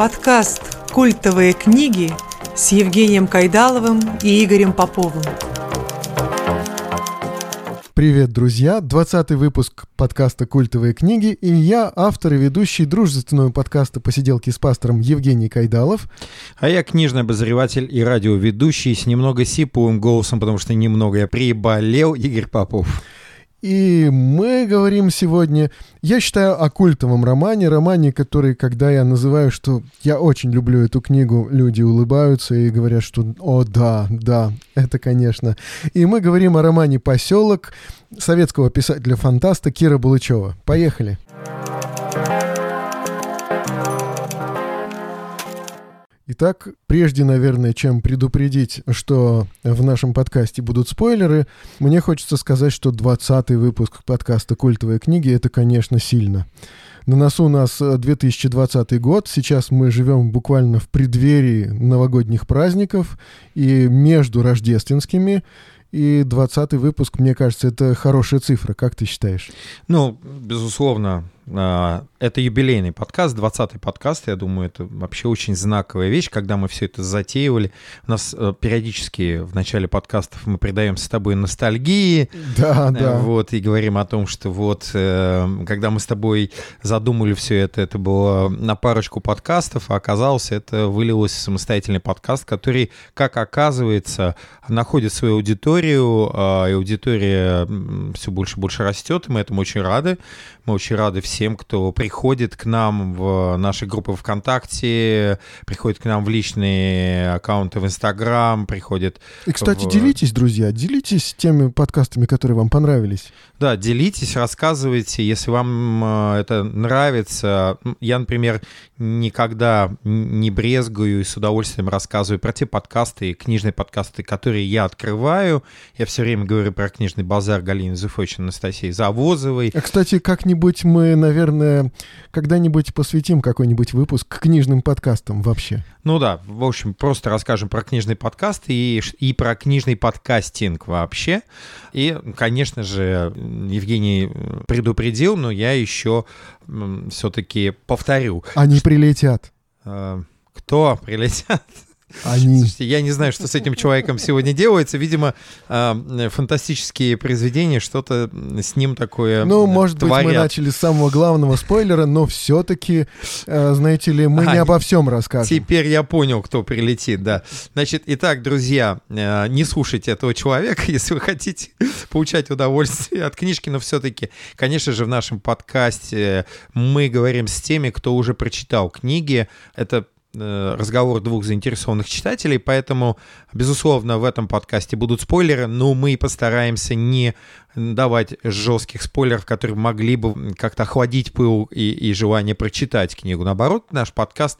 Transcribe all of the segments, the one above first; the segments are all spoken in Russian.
Подкаст «Культовые книги» с Евгением Кайдаловым и Игорем Поповым. Привет, друзья! 20-й выпуск подкаста «Культовые книги», и я, автор и ведущий дружественного подкаста «Посиделки с пастором» Евгений Кайдалов. А я книжный обозреватель и радиоведущий с немного сиплым голосом, потому что немного я приболел, Игорь Попов. И мы говорим сегодня, я считаю, о культовом романе, который, когда я называю, что я очень люблю эту книгу, люди улыбаются и говорят, что «О, да, это, конечно». И мы говорим о романе «Поселок» советского писателя-фантаста Кира Булычева. Поехали! Итак, прежде, наверное, чем предупредить, что в нашем подкасте будут спойлеры, мне хочется сказать, что 20-й выпуск подкаста «Культовые книги» — это, конечно, сильно. На носу у нас 2020 год, сейчас мы живем буквально в преддверии новогодних праздников и между рождественскими, и 20-й выпуск, мне кажется, это хорошая цифра. Как ты считаешь? Ну, безусловно, это юбилейный подкаст, 20-й подкаст, я думаю, это вообще очень знаковая вещь, когда мы все это затеивали. У нас периодически в начале подкастов мы предаемся с тобой ностальгии, да. Вот, и говорим о том, что вот, когда мы с тобой задумали все это было на парочку подкастов, а оказалось, это вылилось в самостоятельный подкаст, который, как оказывается, находит свою аудиторию, и аудитория все больше и больше растет, и мы этому очень рады. Мы очень рады всем, кто приходит к нам в наши группы ВКонтакте, приходит к нам в личные аккаунты в Инстаграм, приходит... И, кстати, делитесь, друзья, делитесь теми подкастами, которые вам понравились. Да, делитесь, рассказывайте, если вам это нравится. Я, например, никогда не брезгую и с удовольствием рассказываю про те подкасты, книжные подкасты, которые я открываю. Я все время говорю про книжный базар Галины Зуфович и Анастасии Завозовой. А, кстати, как-нибудь мы, наверное, когда-нибудь посвятим какой-нибудь выпуск книжным подкастам вообще. Ну да, в общем, просто расскажем про книжный подкаст и про книжный подкастинг вообще. И, конечно же, Евгений предупредил, но я еще все-таки повторю. Они прилетят. Кто прилетят? Они. Слушайте, я не знаю, что с этим человеком сегодня делается. Видимо, фантастические произведения, что-то с ним такое Ну, может творят. быть, мы начали с самого главного спойлера, но все-таки, знаете ли, мы не обо всем расскажем. Теперь я понял, кто прилетит, да. Значит, итак, друзья, не слушайте этого человека, если вы хотите получать удовольствие от книжки, но все-таки, конечно же, в нашем подкасте мы говорим с теми, кто уже прочитал книги. Это разговор двух заинтересованных читателей, поэтому, безусловно, в этом подкасте будут спойлеры, но мы постараемся не давать жестких спойлеров, которые могли бы как-то охладить пыл и желание прочитать книгу. Наоборот, наш подкаст,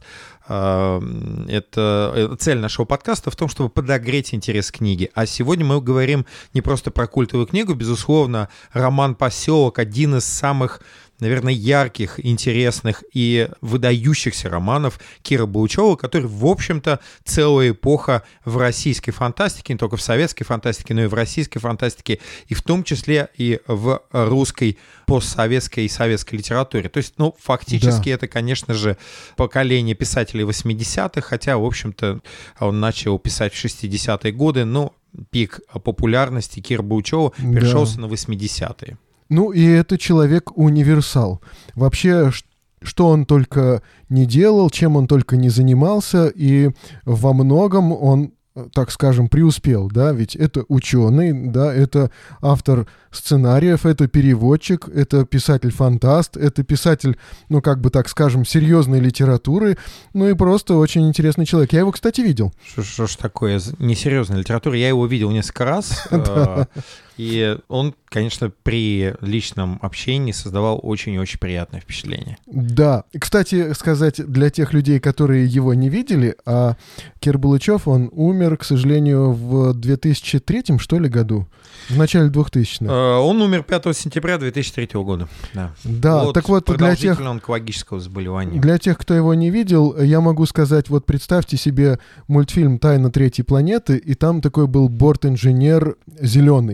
это цель нашего подкаста в том, чтобы подогреть интерес к книге. А сегодня мы говорим не просто про культовую книгу, безусловно, роман «Поселок» — один из самых, наверное, ярких, интересных и выдающихся романов Киры Булычева, который, в общем-то, целая эпоха в российской фантастике, не только в советской фантастике, но и в российской фантастике, и в том числе и в русской постсоветской и советской литературе. То есть, ну, фактически это, конечно же, поколение писателей 80-х, хотя, в общем-то, он начал писать в 60-е годы, но пик популярности Киры Булычева пришелся на 80-е. Ну, и это человек-универсал. Вообще, что он только не делал, чем он только не занимался, и во многом он, так скажем, преуспел, да, ведь это ученый, да, это автор сценариев, это переводчик, это писатель-фантаст, это писатель, ну, как бы, так скажем, серьезной литературы, ну, и просто очень интересный человек. Я его, кстати, видел. Что ж такое несерьезная литература? Я его видел несколько раз, и он, конечно, при личном общении создавал очень-очень приятное впечатление. Да. Кстати, сказать для тех людей, которые его не видели, а Кир Булычев, он умер, к сожалению, в 2003, что ли, году? В начале 2000-х. Он умер 5 сентября 2003 года. Да, так вот, для тех, онкологического заболевания. Для тех, кто его не видел, я могу сказать, вот представьте себе мультфильм «Тайна третьей планеты», и там такой был борт-инженер зеленый.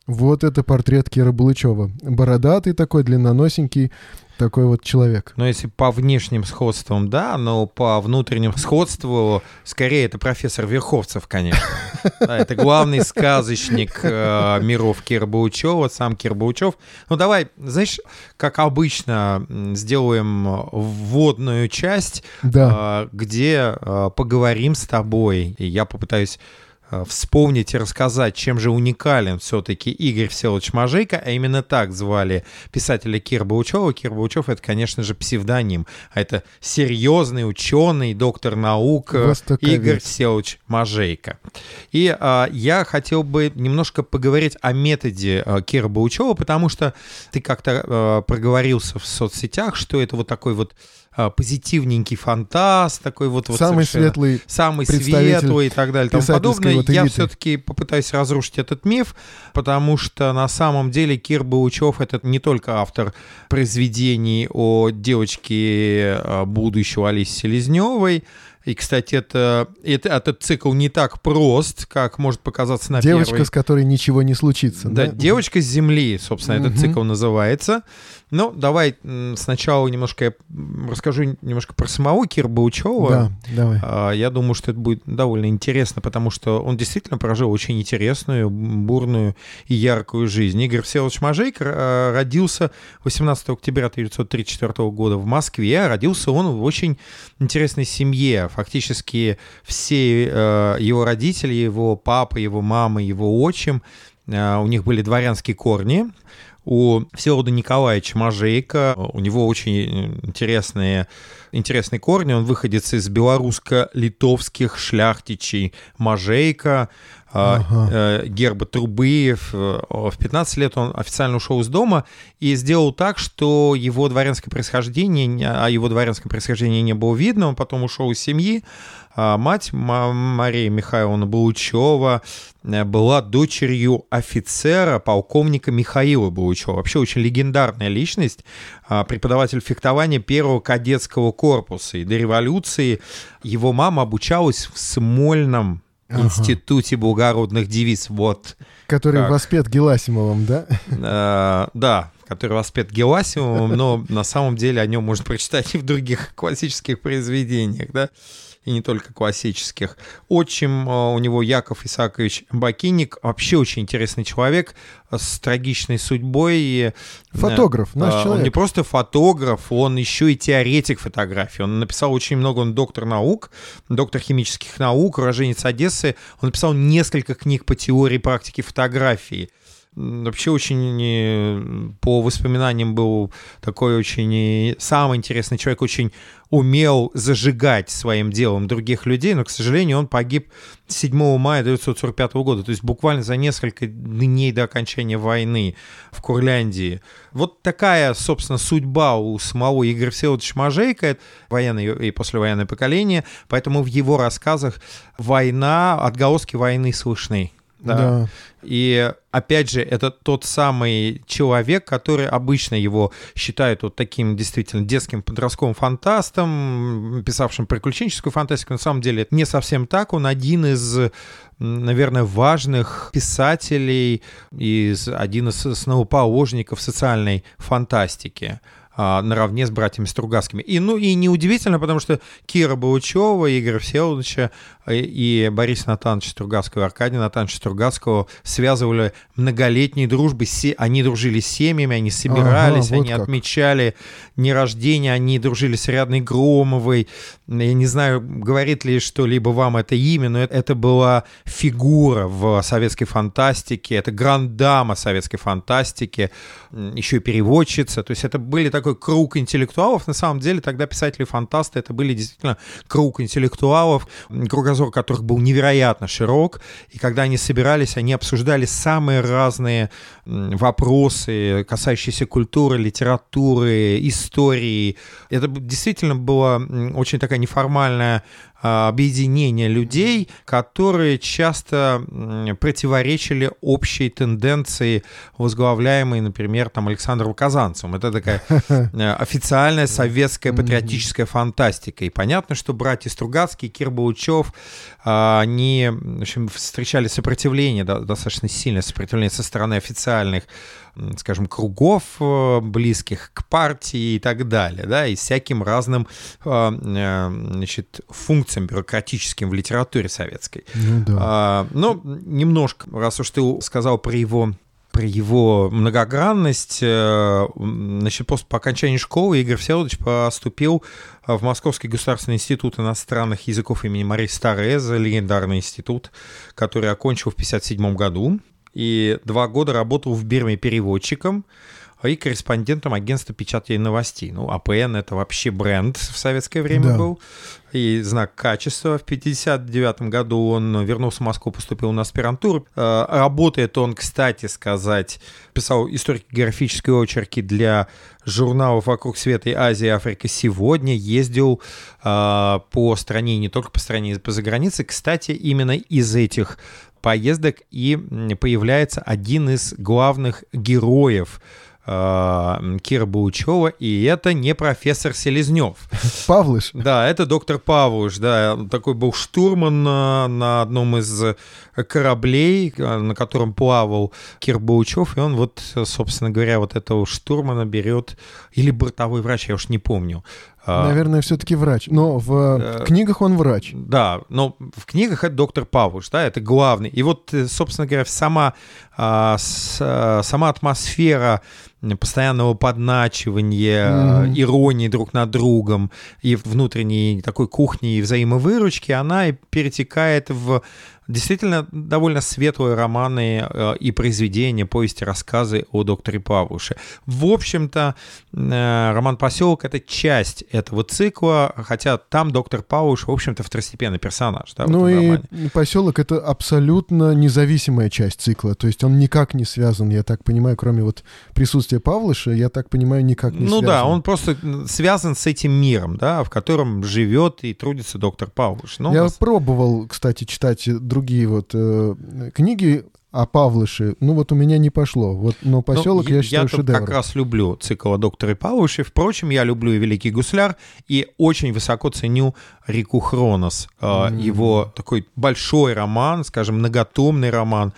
Вот это портрет Кира Булычева. Бородатый такой, длинноносенький, такой вот человек. Но если по внешним сходствам, да, но по внутренним сходству, скорее, это профессор Верховцев, конечно. Да, это главный сказочник миров Кира Булычева, сам Кир Булычев. Ну, давай, знаешь, как обычно, сделаем вводную часть, Да. где поговорим с тобой, и я попытаюсь вспомнить и рассказать, чем же уникален все-таки Игорь Всеволодович Можейко, а именно так звали писателя Кира Булычева. Кир Булычев — это, конечно же, псевдоним, а это серьезный ученый, доктор наук Игорь Всеволодович Можейко. И я хотел бы немножко поговорить о методе Кира Булычева, потому что ты как-то проговорился в соцсетях, что это вот такой вот позитивненький фантаст, такой вот самый светлый, самый светлый и так далее, и тому подобное. Вот я все-таки попытаюсь разрушить этот миф, потому что на самом деле Кир Булычев — это не только автор произведений о девочке будущего Алисе Селезневой. И, кстати, этот цикл не так прост, как может показаться на первый. Девочка, с которой ничего не случится. Да, «Девочка с земли», собственно, этот цикл называется. Ну, давай сначала немножко я расскажу немножко про самого Кира Булычева. Да, давай. Я думаю, что это будет довольно интересно, потому что он действительно прожил очень интересную, бурную и яркую жизнь. Игорь Всеволодович Можейко родился 18 октября 1934 года в Москве. Родился он в очень интересной семье. Фактически все его родители, его папа, его мама, его отчим, у них были дворянские корни. У Всеволода Николаевича Можейко, у него очень интересные корни. Он выходец из белорусско-литовских шляхтичей Можейко, герба трубы. В 15 лет он официально ушел из дома и сделал так, что о его дворянском происхождении не было видно. Он потом ушел из семьи. Мать Мария Михайловна Булычева была дочерью офицера, полковника Михаила Булычева. Вообще очень легендарная личность, преподаватель фехтования первого кадетского корпуса. И до революции его мама обучалась в Смольном институте благородных девиц. Вот. Который воспет Геласимовым, да? Да, который воспет Геласимовым, но на самом деле о нем можно прочитать и в других классических произведениях, да? И не только классических. Отчим у него Яков Исаакович Бакинник, вообще очень интересный человек с трагичной судьбой. Фотограф, наш человек. Он не просто фотограф, он еще и теоретик фотографии. Он написал очень много, он доктор наук, доктор химических наук, уроженец Одессы. Он написал несколько книг по теории и практике фотографии. Вообще очень, по воспоминаниям, был такой очень самый интересный человек, очень умел зажигать своим делом других людей, но, к сожалению, он погиб 7 мая 1945 года, то есть буквально за несколько дней до окончания войны в Курляндии. Вот такая, собственно, судьба у самого Игоря Всеволодовича Можейко, военное и послевоенное поколение, поэтому в его рассказах отголоски войны слышны. Да. И опять же, это тот самый человек, который обычно его считают вот таким действительно детским подростковым фантастом, писавшим приключенческую фантастику. На самом деле это не совсем так. Он один из, наверное, важных писателей, один из основоположников социальной фантастики, наравне с братьями Стругацкими. И неудивительно, потому что Кира Булычева, Игоря Всеволодовича и Бориса Натановича Стругацкого, Аркадия Натановича Стругацкого связывали многолетние дружбы. Они дружили с семьями, они собирались, они отмечали дни рождения, они дружили с Ариадной Громовой. Я не знаю, говорит ли что-либо вам это имя, но это была фигура в советской фантастике, это гранд-дама советской фантастики, еще и переводчица. То есть это были такой круг интеллектуалов. На самом деле тогда писатели-фантасты это были действительно круг интеллектуалов, кругозор которых был невероятно широк. И когда они собирались, они обсуждали самые разные вопросы, касающиеся культуры, литературы, истории. Это действительно было очень такая неформальная объединение людей, которые часто противоречили общей тенденции, возглавляемой, например, там, Александром Казанцевым. Это такая официальная советская патриотическая фантастика. И понятно, что братья Стругацкие, Кир Баучев, они, в общем, встречали сопротивление, достаточно сильное сопротивление со стороны официальных, скажем, кругов близких к партии и так далее, да, и всяким разным, значит, функциям бюрократическим в литературе советской. Но немножко, раз уж ты сказал про его многогранность, значит, по окончании школы Игорь Всеволодович поступил в Московский государственный институт иностранных языков имени Марии Стареза, легендарный институт, который окончил в 1957 году, и 2 года работал в Бирме переводчиком и корреспондентом агентства печати и новостей. Ну, АПН — это вообще бренд в советское время был, и знак качества. В 1959 году он вернулся в Москву, поступил на аспирантуру. Работает он, кстати сказать, писал историко-географические очерки для журналов «Вокруг света» и «Азия, Африка сегодня», ездил по стране, не только по стране, и по загранице. Кстати, именно из этих поездок и появляется один из главных героев Кира Баучева, и это не профессор Селезнев. Павлыш. Да, это доктор Павлыш, да, он такой был штурман на одном из кораблей, на котором плавал Кир Баучев, и он вот, собственно говоря, вот этого штурмана берет, или бортовой врач, я уж не помню. Наверное, все-таки врач, но в книгах он врач. Да, но в книгах это доктор Павлуш, да, это главный. И вот, собственно говоря, сама атмосфера постоянного подначивания, иронии друг над другом и внутренней такой кухни и взаимовыручки, она перетекает в действительно довольно светлые романы и произведения, повести, рассказы о докторе Павлуше. В общем-то, роман «Поселок» — это часть этого цикла, хотя там доктор Павлуш, в общем-то, второстепенный персонаж. Да, ну и «Поселок» — это абсолютно независимая часть цикла, то есть он никак не связан, я так понимаю, кроме вот присутствия Павлуша, я так понимаю, никак не связан. Ну да, он просто связан с этим миром, да, в котором живет и трудится доктор Павлуш. Я пробовал, кстати, читать другие вот книги о Павлыше, ну вот у меня не пошло. Вот, но «Поселок» я считаю шедевром. Я как раз люблю цикл о докторе Павлуше. Впрочем, я люблю и «Великий гусляр», и очень высоко ценю «Реку Хронос». Его такой большой роман, скажем, многотомный роман.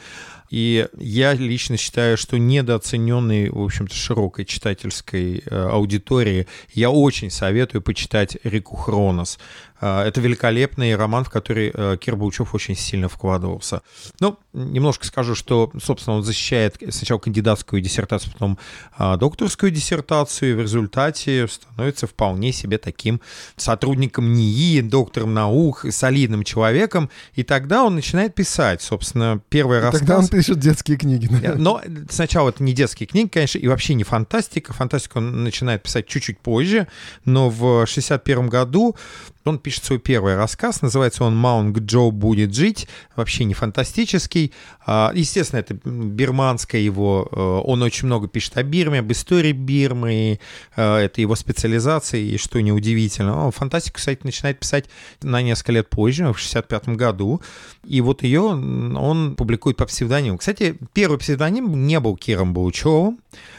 И я лично считаю, что недооцененный, в общем-то, широкой читательской аудитории. Я очень советую почитать «Реку Хронос». Это великолепный роман, в который Кир Баучев очень сильно вкладывался. Ну, немножко скажу, что, собственно, он защищает сначала кандидатскую диссертацию, потом докторскую диссертацию, и в результате становится вполне себе таким сотрудником НИИ, доктором наук, солидным человеком, и тогда он начинает писать, собственно, первый рассказ. Тогда он пишет детские книги. Наверное. Но сначала это не детские книги, конечно, и вообще не фантастика. Фантастику он начинает писать чуть-чуть позже, но в 1961 году он пишет свой первый рассказ, называется он «Маунг Джо будет жить», вообще не фантастический. Естественно, это бирманское его, он очень много пишет о Бирме, об истории Бирмы, это его специализация, и что неудивительно. Фантастику, кстати, начинает писать на несколько лет позже, в 1965 году, и вот ее он публикует по псевдониму. Кстати, первый псевдоним не был Киром Баучевым,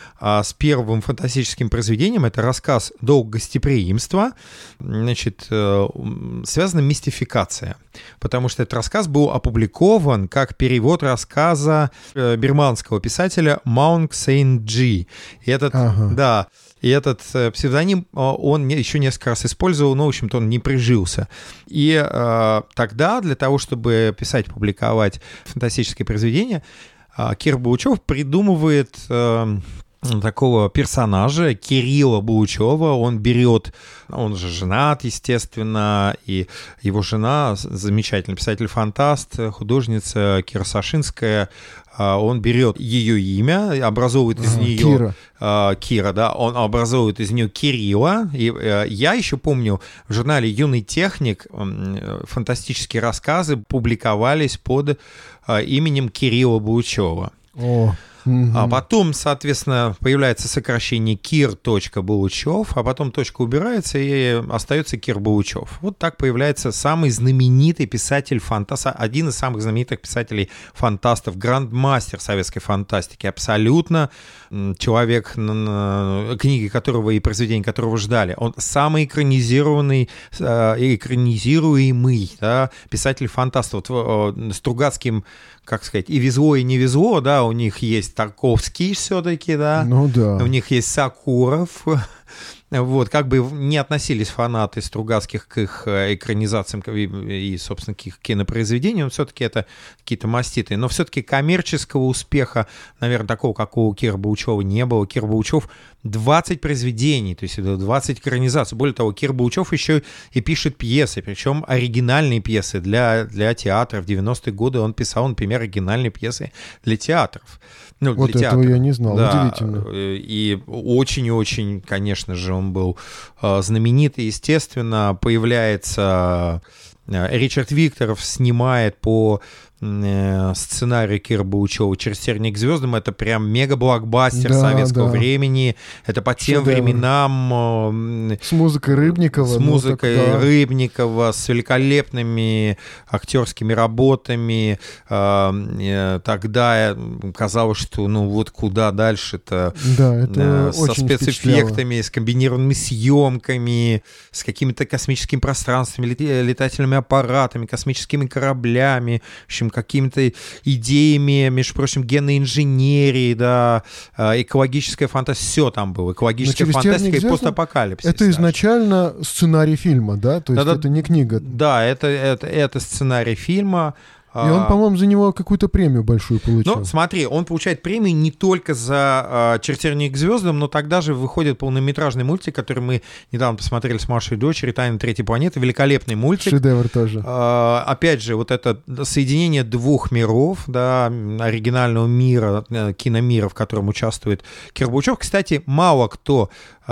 а с первым фантастическим произведением, это рассказ «Долг гостеприимства», значит, связана мистификация, потому что этот рассказ был опубликован как перевод рассказа бирманского писателя Маунг Сейн-Джи. И этот, да, и этот псевдоним он еще несколько раз использовал, но, в общем-то, он не прижился. И тогда для того, чтобы писать, публиковать фантастические произведения, Кир Баучев придумывает такого персонажа Кирилла Баучева. Он берет, он же женат, естественно, и его жена, замечательный писатель-фантаст, художница Кира Сашинская, он берет ее имя, образовывает из нее Кира, да, он образовывает из нее Кирилла. И я еще помню, в журнале «Юный техник» фантастические рассказы публиковались под именем Кирилла Баучева. А потом, соответственно, появляется сокращение Кир.Булычев, а потом точка убирается и остается Кир Булычев. Вот так появляется самый знаменитый писатель-фантаст, один из самых знаменитых писателей-фантастов, грандмастер советской фантастики, абсолютно человек, книги которого и произведения которого ждали. Он самый экранизируемый, да, писатель-фантаст. Вот Стругацким, как сказать, и везло, и не везло, да, у них есть Тарковский все-таки, да, ну, да. У них есть Сакуров, вот, как бы не относились фанаты Стругацких к их экранизациям и, собственно, к их кинопроизведениям, все-таки это какие-то маститы, но все-таки коммерческого успеха, наверное, такого, как у Кира Булычева, не было. Кир Булычев 20 произведений, то есть 20 экранизаций. Более того, Кир Булычев еще и пишет пьесы, причем оригинальные пьесы для театра. В 90-е годы он писал, например, оригинальные пьесы для театров. Ну, вот для этого театра. Я не знал, да, удивительно. И очень-очень, конечно же, он был знаменит. И, естественно, появляется Ричард Викторов, снимает по сценарию Кира Булычева «Через терник к звездам». Это прям мега-блокбастер советского времени. Это по тем временам... С музыкой Рыбникова. С музыкой Рыбникова, с великолепными актерскими работами. Тогда казалось, что ну вот куда дальше-то. Да, это со спецэффектами, с комбинированными съемками, с какими-то космическими пространствами, летательными аппаратами, космическими кораблями, в общем, какими-то идеями, между прочим, генной инженерии, да, экологическая фантастика, все там было, экологическая фантастика и постапокалипсис. Это изначально сценарий фильма, да? То есть это не книга. Да, это сценарий фильма. И он, по-моему, за него какую-то премию большую получил. Ну, смотри, он получает премию не только за «Через терник к звездам», но тогда же выходит полнометражный мультик, который мы недавно посмотрели с Машей и дочерью, «Тайны третьей планеты». Великолепный мультик. Шедевр тоже. Опять же, вот это соединение двух миров, да, оригинального мира, киномира, в котором участвует Кир Булычев. Кстати, мало кто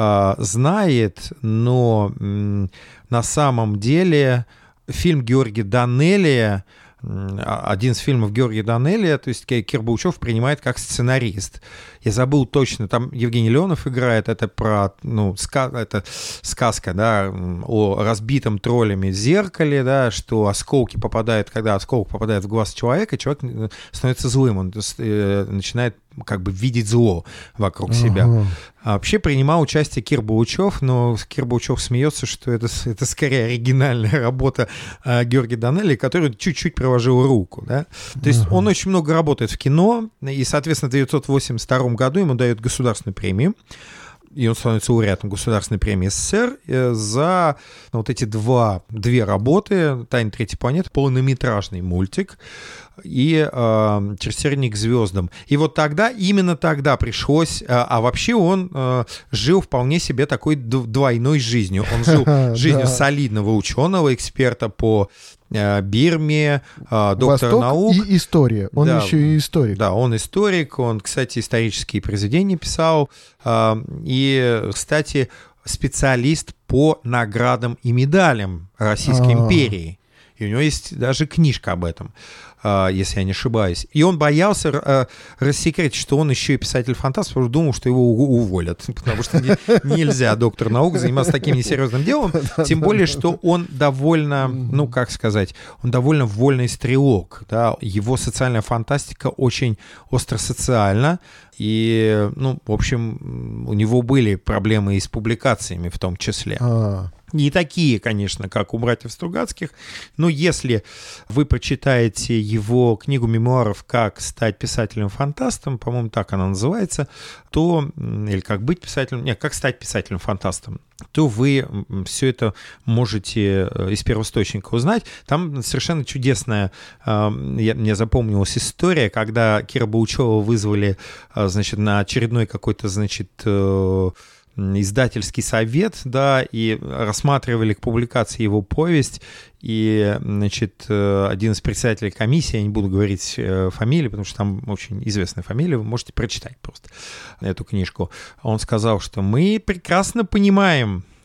знает, но на самом деле фильм Георгия Данелия, один из фильмов Георгия Данелия, то есть Кир Булычев принимает как сценарист. Я забыл точно, там Евгений Леонов играет, это про, ну, это сказка, да, о разбитом троллями зеркале, да, что осколки попадают, когда осколок попадает в глаз человека, человек становится злым, он начинает как бы видеть зло вокруг себя. А вообще принимал участие Кир Булычев, но Кир Булычев смеется, что это скорее оригинальная работа Георгия Данелия, который чуть-чуть приложил руку, да. То есть он очень много работает в кино, и, соответственно, в 1982 году ему дают государственную премию, и он становится лауреатом Государственной премии СССР за вот эти две работы «Тайны третьей планеты», полнометражный мультик и «Через терник к звездам». И вот тогда, именно тогда пришлось... А вообще он жил вполне себе такой двойной жизнью. Он жил жизнью солидного ученого, эксперта по Бирме, доктора наук. И история. Он еще и историк. Да, он историк. Он, кстати, исторические произведения писал. И, кстати, специалист по наградам и медалям Российской империи. И у него есть даже книжка об этом, если я не ошибаюсь. И он боялся рассекретить, что он еще и писатель-фантаст, потому что думал, что его уволят. Потому что нельзя доктор наук заниматься таким несерьезным делом. Тем более, что он довольно, ну, как сказать, он довольно вольный стрелок. Да? Его социальная фантастика очень остросоциальна. И, ну, в общем, у него были проблемы и с публикациями в том числе. Не такие, конечно, как у братьев Стругацких, но если вы прочитаете его книгу мемуаров «Как стать писателем-фантастом», по-моему, так она называется, то, или «Как быть писателем», нет, «Как стать писателем-фантастом», то вы все это можете из первоисточника узнать. Там совершенно чудесная, мне запомнилась история, когда Кира Булычева вызвали, значит, на очередной какой-то, значит, издательский совет, да, и рассматривали к публикации его повесть, и, значит, один из председателей комиссии, я не буду говорить фамилию, потому что там очень известная фамилия, вы можете прочитать просто эту книжку. Он сказал, что мы прекрасно понимаем,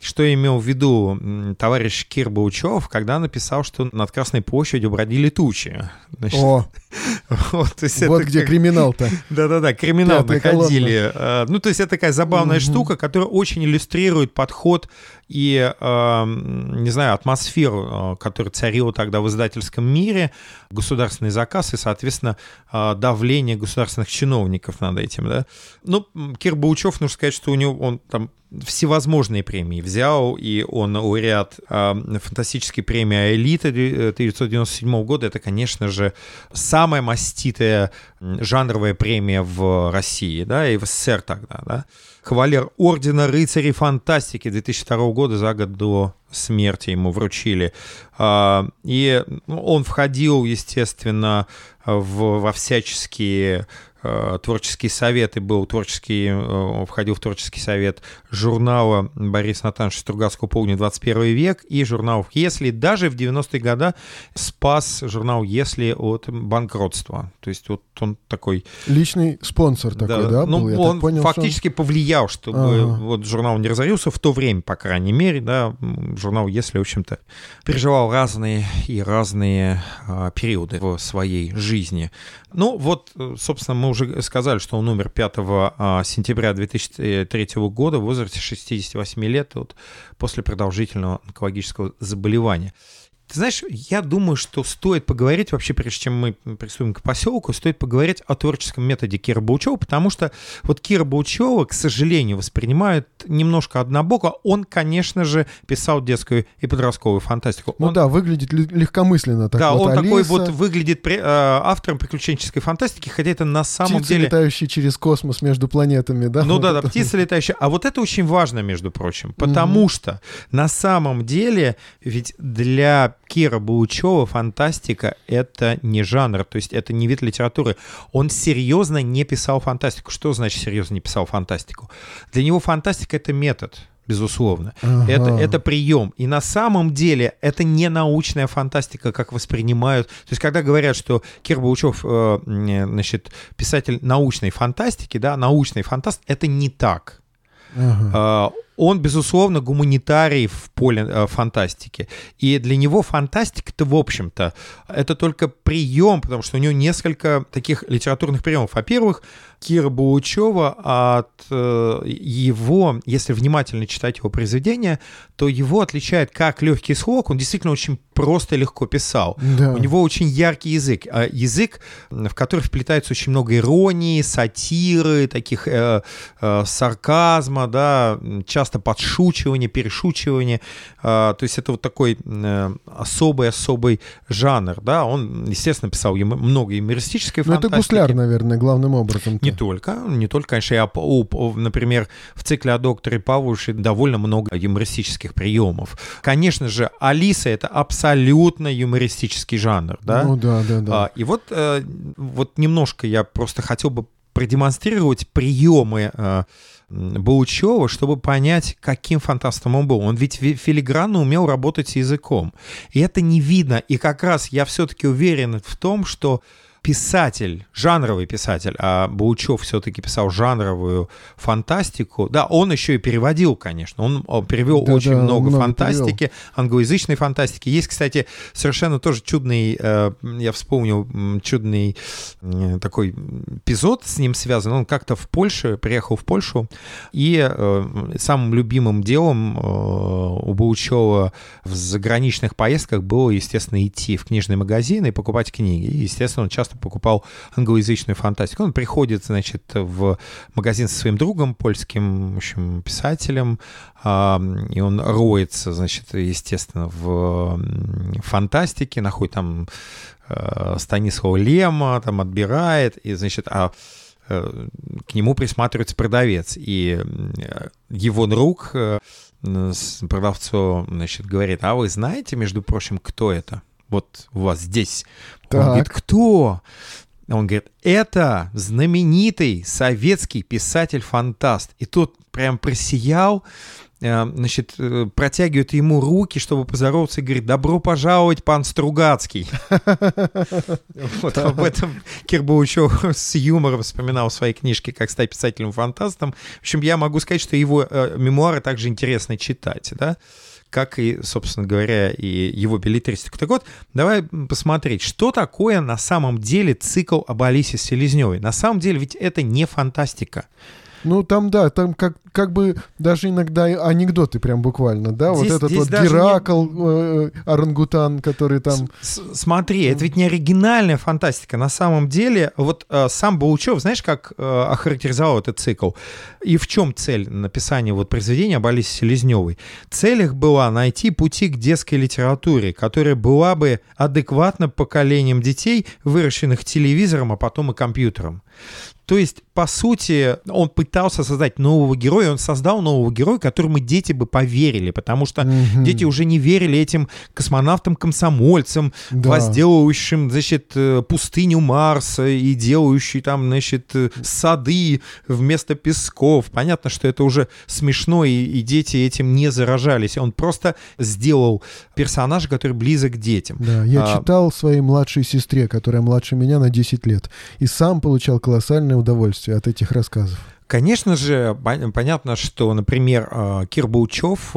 что имел в виду товарищ Кир Баучев, когда написал, что над Красной площадью бродили тучи. Значит, вот где криминал-то. Да-да-да, криминал находили. Ну, то есть это такая забавная штука, которая очень иллюстрирует подход и, не знаю, атмосферу, которая царила тогда в издательском мире, государственный заказ и, соответственно, давление государственных чиновников над этим, да. Ну, Кир Баучев, нужно сказать, что у него он там всевозможные премии взял, и он лауреат фантастической премии «Аэлита» 1997 года. Это, конечно же, самая маститая жанровая премия в России, да, и в СССР тогда, да. Кавалер ордена рыцарей фантастики 2002 года, за год до смерти ему вручили. И он входил, естественно, во всяческие творческие советы, входил в творческий совет журнала Бориса Натановича Стругацкого «Полдень 21 век» и журналов «Если». Даже в 90-е годы спас журнал «Если» от банкротства. То есть вот он такой... Личный спонсор такой, да? Ну, был? Он понял, фактически повлиял, чтобы вот журнал не разорился в то время, по крайней мере, да, журнал «Если», в общем-то, переживал разные периоды в своей жизни. Ну, вот, собственно, мы уже сказали, что он умер 5 сентября 2003 года в возрасте 68 лет после продолжительного онкологического заболевания. Ты знаешь, я думаю, что стоит поговорить, вообще, прежде чем мы приступим к поселку, стоит поговорить о творческом методе Кира Баучева, потому что вот Кира Баучева, к сожалению, воспринимают немножко однобоко. Он, конечно же, писал детскую и подростковую фантастику. Выглядит легкомысленно. Так да, вот, он Алиса... такой вот выглядит автором приключенческой фантастики, хотя это на самом птицы, деле... летающие через космос между планетами, да? Ну да, птицы летающие. А вот это очень важно, между прочим, потому что на самом деле ведь для Кира Баучева фантастика — это не жанр, то есть это не вид литературы. Он серьезно не писал фантастику. Что значит серьезно не писал фантастику? Для него фантастика — это метод, безусловно. Это прием. И на самом деле это не научная фантастика, как воспринимают. То есть когда говорят, что Кир Баучев, значит, писатель научной фантастики, да, научный фантаст, это не так. Он, безусловно, гуманитарий в поле фантастики. И для него фантастика-то, в общем-то, это только прием, потому что у него несколько таких литературных приемов. Во-первых, Кира Баучева от его, если внимательно читать его произведения, то его отличает как легкий слог, он действительно очень просто и легко писал. Да. У него очень яркий язык, язык, в который вплетается очень много иронии, сатиры, таких сарказма, да, часто подшучивания, перешучивания. То есть это вот такой особый жанр, да. Он, естественно, писал много юмористической фантастики. Это Гусляр, наверное, главным образом. Не только, конечно, например, в цикле о докторе Павловиче довольно много юмористических приемов. Конечно же, Алиса — это абсолютно юмористический жанр, да? Ну да. И вот немножко я просто хотел бы продемонстрировать приемы Баучева, чтобы понять, каким фантастом он был. Он ведь филигранно умел работать с языком. И это не видно. И как раз я все-таки уверен в том, что писатель, жанровый писатель, а Баучев все-таки писал жанровую фантастику. Да, он еще и переводил, конечно. Он перевел очень много фантастики, англоязычной фантастики. Есть, кстати, совершенно тоже чудный, я вспомнил, чудный такой эпизод с ним связан. Он как-то приехал в Польшу, и самым любимым делом у Баучева в заграничных поездках было, естественно, идти в книжный магазин и покупать книги. И, естественно, он часто покупал англоязычную фантастику. Он приходит, значит, в магазин со своим другом, польским, в общем, писателем, и он роется, значит, естественно, в фантастике, находит там Станислава Лема, там отбирает, и, значит, к нему присматривается продавец, и его друг продавцу, значит, говорит: а вы знаете, между прочим, кто это? Вот у вас здесь. Он говорит: кто? Он говорит: это знаменитый советский писатель-фантаст. И тот прям просиял, значит, протягивает ему руки, чтобы поздороваться, и говорит: «Добро пожаловать, пан Стругацкий». Вот об этом Кир Баучев с юмором вспоминал в своей книжке «Как стать писателем-фантастом». В общем, я могу сказать, что его мемуары также интересно читать, да, как и, собственно говоря, и его беллетристику. Так вот, давай посмотреть, что такое на самом деле цикл об Алисе Селезневой. На самом деле ведь это не фантастика. Ну, там, да, там как бы даже иногда анекдоты прям буквально, да, Здесь, вот этот здесь вот Геракл, орангутан, который там... Смотри, это ведь не оригинальная фантастика. На самом деле, вот сам Баучев, знаешь, как охарактеризовал этот цикл? И в чем цель написания вот произведения об Алисе Селезневой? Цель их была найти пути к детской литературе, которая была бы адекватна поколениям детей, выращенных телевизором, а потом и компьютером. То есть, по сути, он пытался создать нового героя, он создал нового героя, которому дети бы поверили, потому что дети уже не верили этим космонавтам-комсомольцам, Да. возделывающим, значит, пустыню Марса и делающим там, значит, сады вместо песков. Понятно, что это уже смешно, и дети этим не заражались. Он просто сделал персонажа, который близок к детям. Да, я читал своей младшей сестре, которая младше меня на 10 лет, и сам получал колоссальное удовольствие от этих рассказов. Конечно же, понятно, что, например, Кир Баучев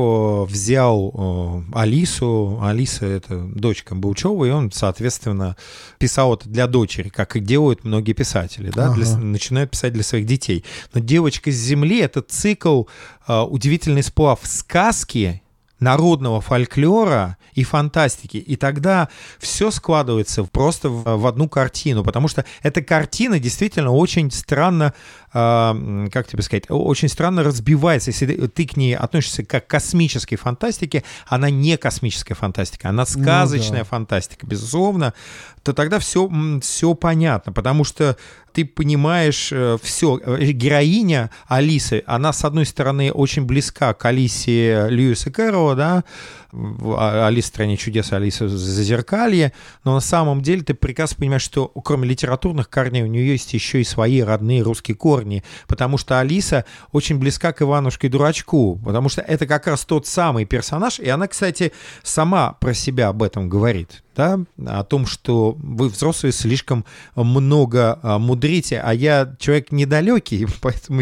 взял Алису. Алиса — это дочка Баучева, и он, соответственно, писал это для дочери, как и делают многие писатели, да, начинают писать для своих детей. Но «Девочка с земли» — это цикл, удивительный сплав сказки, народного фольклора и фантастики. И тогда все складывается просто в одну картину, потому что эта картина действительно очень странно, как тебе сказать, очень странно разбивается. Если ты к ней относишься как к космической фантастике, она не космическая фантастика, она сказочная фантастика, безусловно, то тогда все понятно, потому что ты понимаешь все. Героиня Алисы, она, с одной стороны, очень близка к Алисе Льюиса Кэрролла, да, «Алиса в стране чудес», «Алиса в Зазеркалье», но на самом деле ты прекрасно понимаешь, что кроме литературных корней у нее есть еще и свои родные русские корни, потому что Алиса очень близка к Иванушке и Дурачку, потому что это как раз тот самый персонаж, и она, кстати, сама про себя об этом говорит. Да, о том, что вы, взрослые, слишком много мудрите, а я человек недалекий, поэтому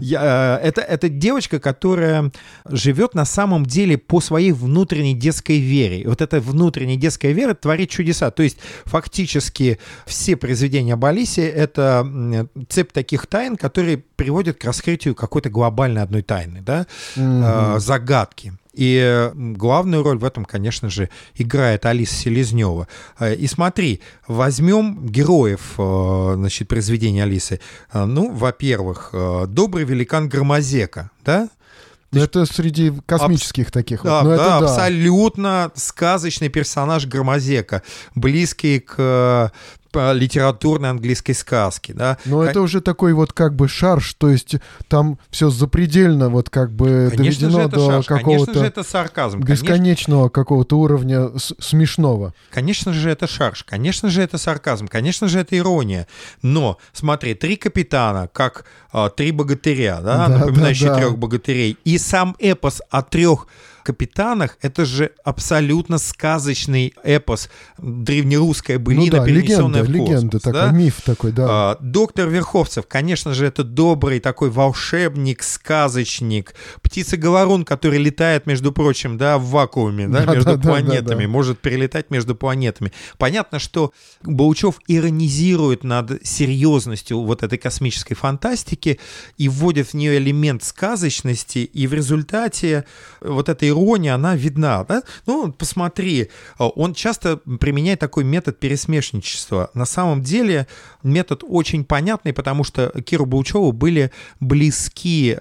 это девочка, которая живет на самом деле по своей внутренней детской вере. И вот эта внутренняя детская вера творит чудеса. То есть фактически все произведения об Алисе — это цепь таких тайн, которые приводят к раскрытию какой-то глобальной одной тайны, да, загадки. И главную роль в этом, конечно же, играет Алиса Селезнева. И смотри, возьмем героев, значит, произведения Алисы. Ну, во-первых, добрый великан Громозека, да? Это среди космических таких. Да, вот. да, Это абсолютно сказочный персонаж Громозека, близкий к литературной английской сказки, да. Но это уже такой вот как бы шарж, то есть там все запредельно вот как бы конечно доведено же, это до шарж, какого-то конечно же, это сарказм, бесконечного какого-то уровня смешного. Конечно же, это шарж, конечно же, это сарказм, конечно же, это ирония. Но, смотри, 3 капитана, как 3 богатыря, да, напоминающие 3 богатырей, и сам эпос о 3 капитанах — это же абсолютно сказочный эпос, древнерусская былина, перенесенная в космос. Легенда, такой миф такой, да. Доктор Верховцев, конечно же, это добрый такой волшебник, сказочник, птица-говорун, который летает, между прочим, да, в вакууме, да, между планетами, может перелетать между планетами. Понятно, что Баучев иронизирует над серьезностью вот этой космической фантастики и вводит в нее элемент сказочности, и в результате вот эта ирония, она видна, да? Ну, посмотри, он часто применяет такой метод пересмешничества. На самом деле метод очень понятный, потому что Киру Баучеву были близки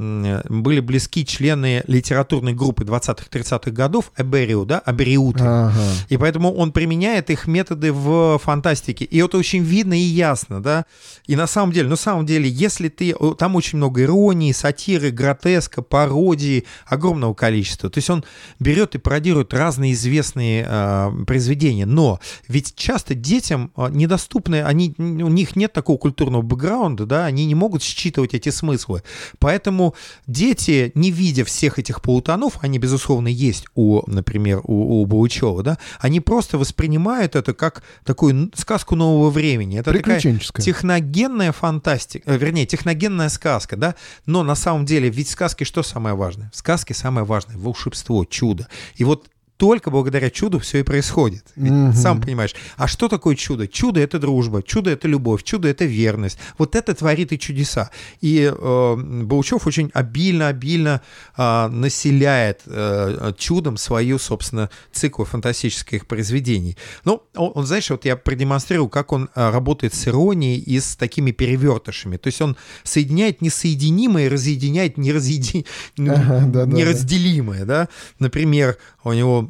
члены литературной группы 20-30-х годов Эбериу, да, Абериуты. И поэтому он применяет их методы в фантастике. И это очень видно и ясно, да. И на самом деле, если там очень много иронии, сатиры, гротеска, пародии, огромного количества. То есть он берет и пародирует разные известные произведения. Но ведь часто детям недоступны, у них нет такого культурного бэкграунда, да, они не могут считывать эти смыслы. Поэтому поэтому дети, не видя всех этих полутонов, они, безусловно, есть например, у Булычева, да, они просто воспринимают это как такую сказку нового времени. Это такая техногенная фантастика, вернее, техногенная сказка, да, но на самом деле ведь в сказке что самое важное? В сказке самое важное — волшебство, чудо. И вот только благодаря чуду все и происходит. Ведь, сам понимаешь. А что такое чудо? Чудо — это дружба, чудо — это любовь, чудо — это верность. Вот это творит и чудеса. И Булычев очень обильно населяет чудом свою, собственно, цикл фантастических произведений. Ну, он, знаешь, вот я продемонстрировал, как он работает с иронией и с такими перевертышами. То есть он соединяет несоединимое и разъединяет неразделимое. Да? Например, у него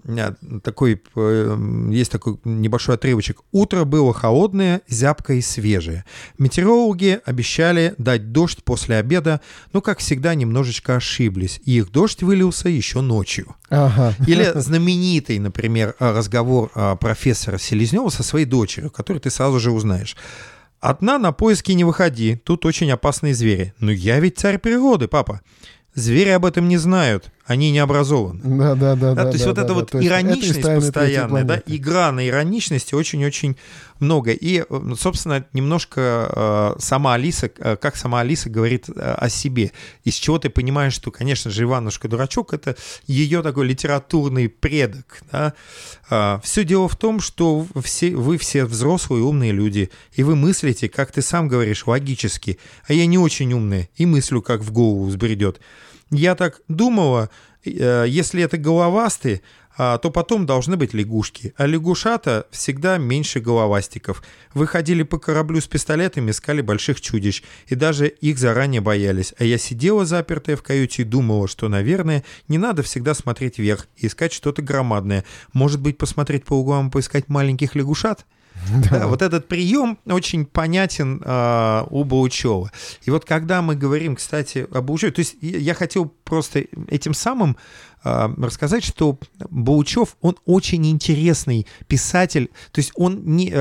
есть такой небольшой отрывочек. «Утро было холодное, зябкое и свежее. Метеорологи обещали дать дождь после обеда, но, как всегда, немножечко ошиблись. И их дождь вылился еще ночью». Или знаменитый, например, разговор профессора Селезнева со своей дочерью, который ты сразу же узнаешь. «Одна на поиски не выходи, тут очень опасные звери». «Но я ведь царь природы, папа». «Звери об этом не знают, они не образованы». Да. То есть вот эта вот ироничность постоянная, да, игра на ироничности очень-очень много. И, собственно, немножко сама Алиса говорит о себе. Из чего ты понимаешь, что, конечно же, Иванушка-дурачок — это ее такой литературный предок. Да? Все дело в том, что вы все взрослые умные люди, и вы мыслите, как ты сам говоришь, логически. А я не очень умная и мыслю, как в голову взбредет. Я так думала, если это головастые, то потом должны быть лягушки. А лягушата всегда меньше головастиков. Вы ходили по кораблю с пистолетами, искали больших чудищ, и даже их заранее боялись. А я сидела запертая в каюте и думала, что, наверное, не надо всегда смотреть вверх и искать что-то громадное. Может быть, посмотреть по углам и поискать маленьких лягушат? Да, вот этот прием очень понятен у Булычева. И вот когда мы говорим, кстати, о Булычеве, то есть я хотел просто этим самым рассказать, что Булычев, он очень интересный писатель, то есть он не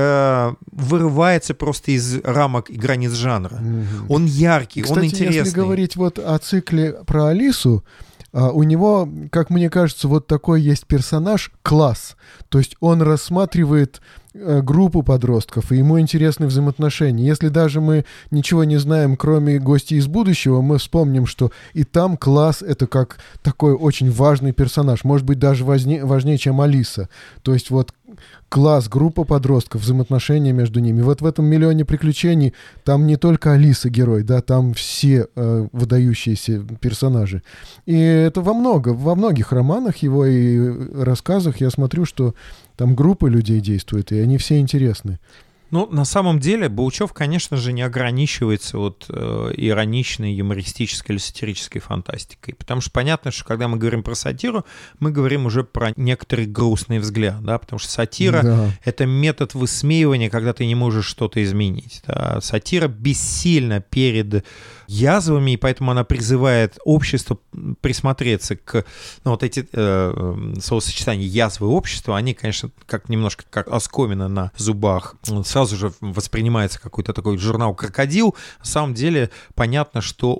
вырывается просто из рамок и границ жанра. Он яркий, кстати, он интересный. Если говорить вот о цикле про Алису, у него, как мне кажется, вот такой есть персонаж — класс. То есть он рассматривает группу подростков, и ему интересны взаимоотношения. Если даже мы ничего не знаем, кроме «Гостей из будущего», мы вспомним, что и там класс — это как такой очень важный персонаж, может быть, даже важнее, чем Алиса. То есть вот класс, группа подростков, взаимоотношения между ними. Вот в этом «Миллионе приключений» там не только Алиса герой, да, там все выдающиеся персонажи. И это во многих романах его и рассказах я смотрю, что там группы людей действуют, и они все интересны. Ну, на самом деле, Булычев, конечно же, не ограничивается вот ироничной, юмористической или сатирической фантастикой. Потому что понятно, что когда мы говорим про сатиру, мы говорим уже про некоторый грустный взгляд, да, потому что сатира — это метод высмеивания, когда ты не можешь что-то изменить. Да. Сатира бессильна перед язвами, и поэтому она призывает общество присмотреться к... Ну, вот эти словосочетания «язвы общества», они, конечно, немножко как оскомина на зубах. Сразу же воспринимается какой-то такой журнал «Крокодил». На самом деле понятно, что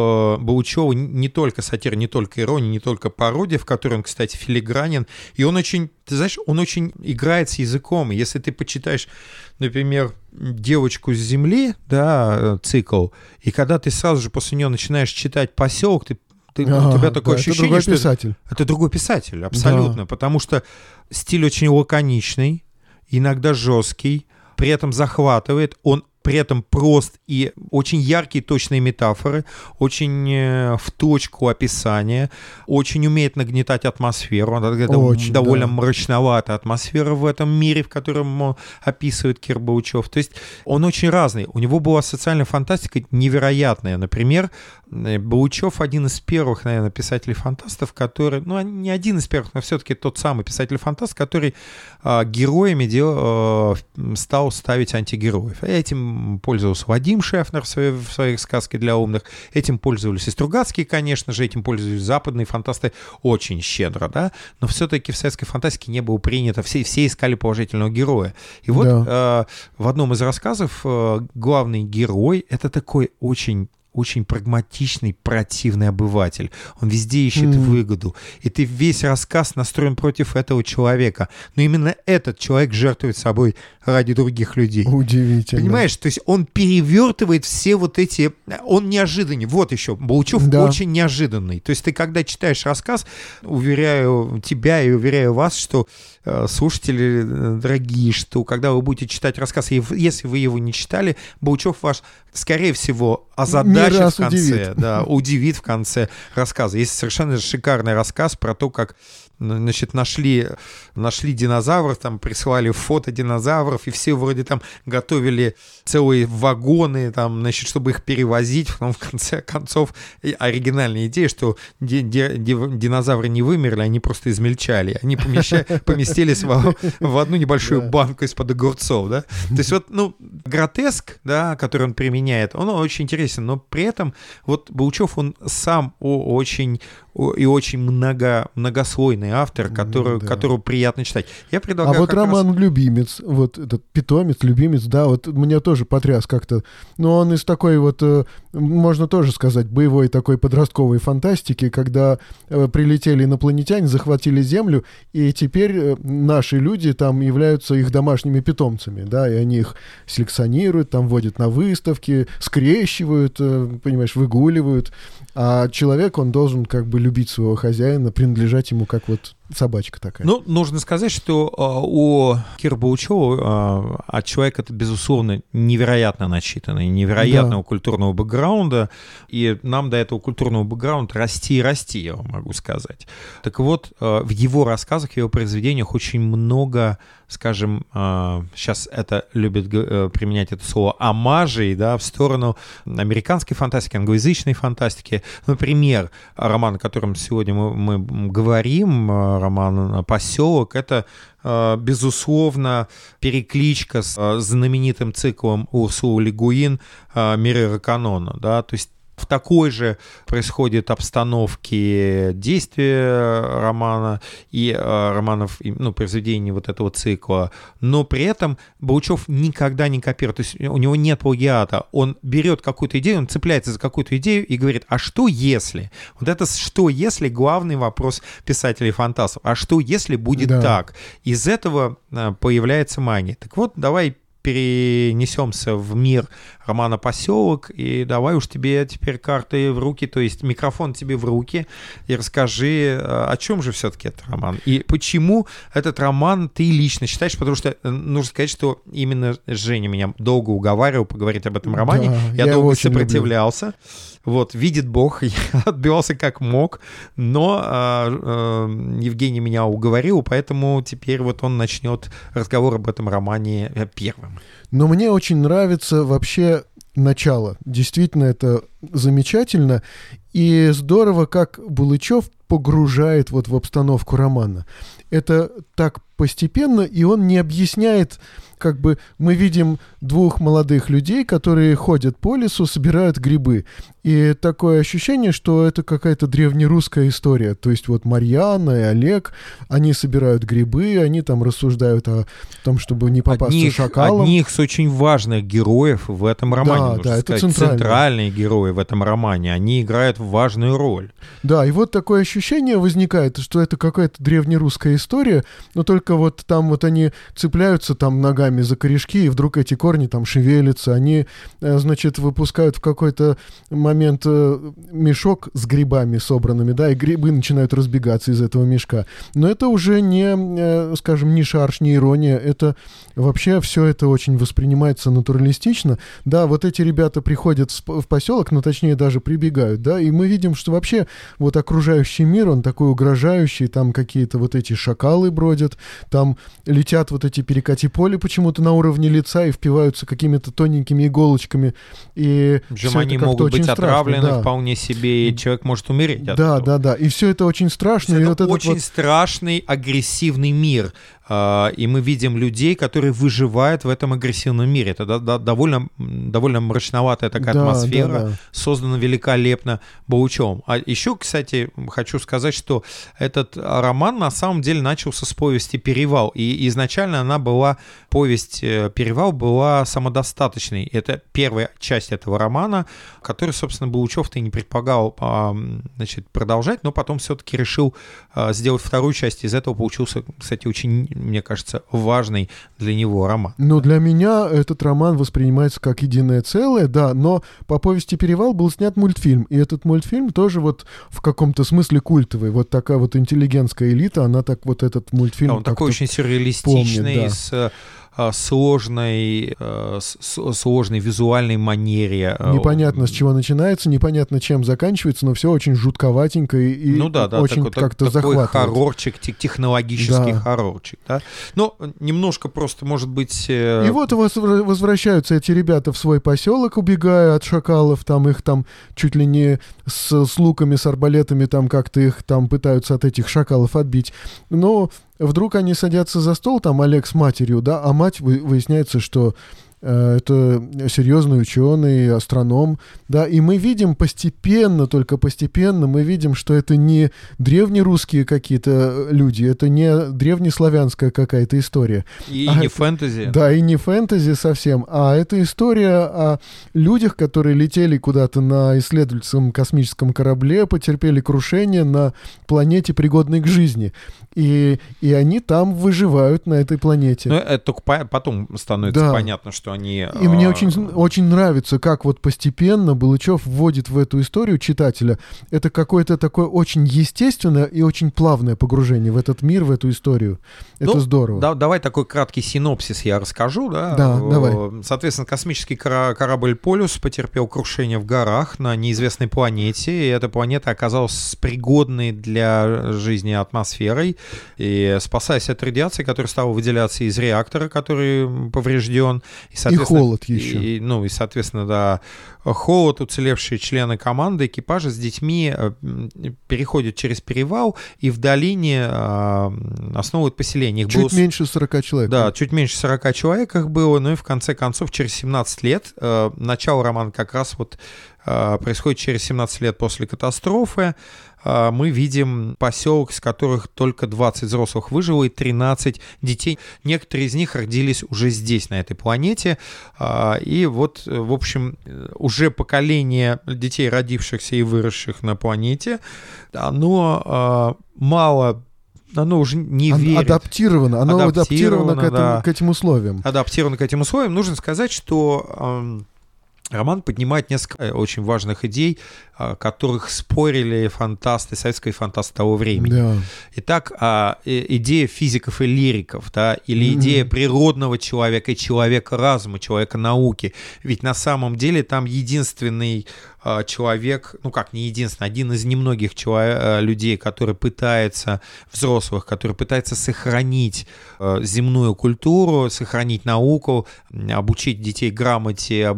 у Булычева не только сатира, не только ирония, не только пародия, в которой он, кстати, филигранен, и он очень, ты знаешь, он очень играет с языком. Если ты почитаешь, например, «Девочку с земли», да, цикл, и когда ты сразу же после нее начинаешь читать «Поселок», у тебя такое ощущение, что это другой писатель, абсолютно, потому что стиль очень лаконичный, иногда жесткий, при этом захватывает, он при этом прост и очень яркие точные метафоры, очень в точку описания, очень умеет нагнетать атмосферу. Довольно мрачноватая атмосфера в этом мире, в котором описывает Кир Булычев. То есть он очень разный. У него была социальная фантастика невероятная. Например, Булычев один из первых, наверное, писателей-фантастов, который, ну, не один из первых, но все-таки тот самый писатель-фантаст, который героями стал ставить антигероев. Этим пользовался Вадим Шефнер в своих «Сказке для умных», этим пользовались и Стругацкие, конечно же, этим пользовались западные фантасты очень щедро, да, но все-таки в советской фантастике не было принято, все искали положительного героя. И вот в одном из рассказов главный герой — это такой очень очень прагматичный, противный обыватель. Он везде ищет выгоду. И ты весь рассказ настроен против этого человека. Но именно этот человек жертвует собой ради других людей. Удивительно. Понимаешь, то есть он перевертывает все вот эти... Он неожиданный. Вот еще, Булычев очень неожиданный. То есть ты, когда читаешь рассказ, уверяю тебя и уверяю вас, что слушатели дорогие, что когда вы будете читать рассказ, если вы его не читали, Булычев ваш, скорее всего, озадачит в конце, удивит в конце рассказа. Есть совершенно шикарный рассказ про то, как, значит, нашли динозавров, там прислали фото динозавров, и все вроде там готовили целые вагоны, там, значит, чтобы их перевозить. Потом в конце концов оригинальная идея, что динозавры не вымерли, они просто измельчали. Они поместились в одну небольшую банку из-под огурцов, да. То есть вот, гротеск, да, который он применяет, он очень интересен, но при этом вот Булычев, он сам очень многослойный автор, которого приятно читать. Я предлагаю вот роман «Любимец», вот этот питомец, любимец, да, вот меня тоже потряс как-то. Но он из такой вот, можно тоже сказать, боевой такой подростковой фантастики, когда прилетели инопланетяне, захватили Землю, и теперь наши люди там являются их домашними питомцами, да, и они их селекционируют, там водят на выставки, скрещивают, понимаешь, выгуливают. А человек, он должен как бы любить своего хозяина, принадлежать ему как вот собачка такая. Ну, нужно сказать, что у Киры Булычева человек это, безусловно, невероятно начитанный, невероятного культурного бэкграунда, и нам до этого культурного бэкграунда расти и расти, я вам могу сказать. Так вот, в его рассказах, в его произведениях очень много, скажем, сейчас это любят применять это слово, омажей, да, в сторону американской фантастики, англоязычной фантастики. Например, роман, о котором сегодня мы говорим, роман «Поселок», это, безусловно, перекличка с знаменитым циклом Урсулы Ле Гуин «Миры Раканона», да, то есть в такой же происходит обстановке действия романа и романов, произведений вот этого цикла, но при этом Булычев никогда не копирует, то есть у него нет плагиата, он берет какую-то идею, он цепляется за какую-то идею и говорит, а что если? Вот это «что если» главный вопрос писателей-фантастов, а что если будет так? Из этого появляется магия. Так вот, давай перенесемся в мир романа «Поселок», и давай уж тебе теперь карты в руки, то есть микрофон тебе в руки, и расскажи, о чем же все-таки этот роман, и почему этот роман ты лично считаешь, потому что нужно сказать, что именно Женя меня долго уговаривал поговорить об этом романе, я долго сопротивлялся. Люблю. Вот, видит Бог, я отбивался как мог, но Евгений меня уговорил, поэтому теперь вот он начнет разговор об этом романе первым. Но мне очень нравится вообще начало. Действительно, это замечательно. И здорово, как Булычев погружает вот в обстановку романа. Это так постепенно, и он не объясняет, как бы мы видим двух молодых людей, которые ходят по лесу, собирают грибы. И такое ощущение, что это какая-то древнерусская история. То есть вот Марьяна и Олег, они собирают грибы, они там рассуждают о том, чтобы не попасться шакалом. Одних из очень важных героев в этом романе. Да, это центральные герои в этом романе. Они играют важную роль. Да, и вот такое ощущение возникает, что это какая-то древнерусская история, но только вот там вот они цепляются там ногами за корешки, и вдруг эти корни там шевелятся, они, значит, выпускают в какой-то момент мешок с грибами собранными, да, и грибы начинают разбегаться из этого мешка. Но это уже не, скажем, не шарж, не ирония, это вообще все это очень воспринимается натуралистично. Да, вот эти ребята приходят в поселок, ну, точнее, даже прибегают, да, и мы видим, что вообще вот окружающий мир, он такой угрожающий, там какие-то вот эти шакалы бродят, там летят вот эти перекати-поли почему-то на уровне лица и впиваются какими-то тоненькими иголочками. И причем они могут быть отравлены вполне себе, и человек может умереть от этого. Да. И все это очень страшно. Это очень страшный, агрессивный мир. И мы видим людей, которые выживают в этом агрессивном мире. Это довольно мрачноватая такая атмосфера, создана великолепно Булычевым. А еще, кстати, хочу сказать, что этот роман на самом деле начался с повести «Перевал». И изначально она была повесть повесть «Перевал» была самодостаточной. Это первая часть этого романа, который, собственно, Булычев-то и не предполагал продолжать, но потом все-таки решил сделать вторую часть. Из этого получился, кстати, очень, мне кажется, важный для него роман. Ну, для меня этот роман воспринимается как единое целое, да, но по повести «Перевал» был снят мультфильм, и этот мультфильм тоже вот в каком-то смысле культовый. Вот такая вот интеллигентская элита, она так вот этот мультфильм... Да, он такой очень сюрреалистичный, помнит, да. с сложной визуальной манере. Непонятно, с чего начинается, непонятно, чем заканчивается, но все очень жутковатенько и очень такой, как-то такой захватывает. хоррорчик, технологический Да. хоррорчик. Да? Но немножко просто, может быть... И вот возвращаются эти ребята в свой поселок, убегая от шакалов, там их там чуть ли не с луками, с арбалетами, там как-то их там пытаются от этих шакалов отбить. Но вдруг они садятся за стол, там Олег с матерью, да, а мать выясняется, что это серьезный ученый, астроном, да, и мы видим только постепенно мы видим, что это не древнерусские какие-то люди, это не древнеславянская какая-то история. И не фэнтези. Да, и не фэнтези совсем, а это история о людях, которые летели куда-то на исследовательском космическом корабле, потерпели крушение на планете, пригодной к жизни. И они там выживают на этой планете. Но это только потом становится понятно, что они... И мне очень нравится, как вот постепенно Булычев вводит в эту историю читателя. Это какое-то такое очень естественное и очень плавное погружение в этот мир, в эту историю. Это здорово. Давай такой краткий синопсис я расскажу. Да, давай. Соответственно, космический корабль «Полюс» потерпел крушение в горах на неизвестной планете, и эта планета оказалась пригодной для жизни атмосферой. И спасаясь от радиации, которая стала выделяться из реактора, который поврежден. И холод еще. И, соответственно, да, холод, уцелевшие члены команды, экипажа с детьми переходят через перевал и в долине основывают поселение. Их чуть меньше 40 человек. Да, чуть меньше 40 человек их было, ну и в конце концов, через 17 лет, начало романа как раз вот происходит через 17 лет после катастрофы, мы видим поселок, из которых только 20 взрослых выжило и 13 детей. Некоторые из них родились уже здесь, на этой планете. И вот, в общем, уже поколение детей, родившихся и выросших на планете, оно уже не верит. Адаптировано к этим условиям. Адаптировано к этим условиям. Нужно сказать, что... роман поднимает несколько очень важных идей, о которых спорили фантасты, советские фантасты того времени. Да. Итак, идея физиков и лириков, да, или идея природного человека и человека разума, человека науки. Ведь на самом деле там единственный человек, ну как не единственный, один из немногих людей, который пытается, взрослых, который пытается сохранить земную культуру, сохранить науку, обучить детей грамоте,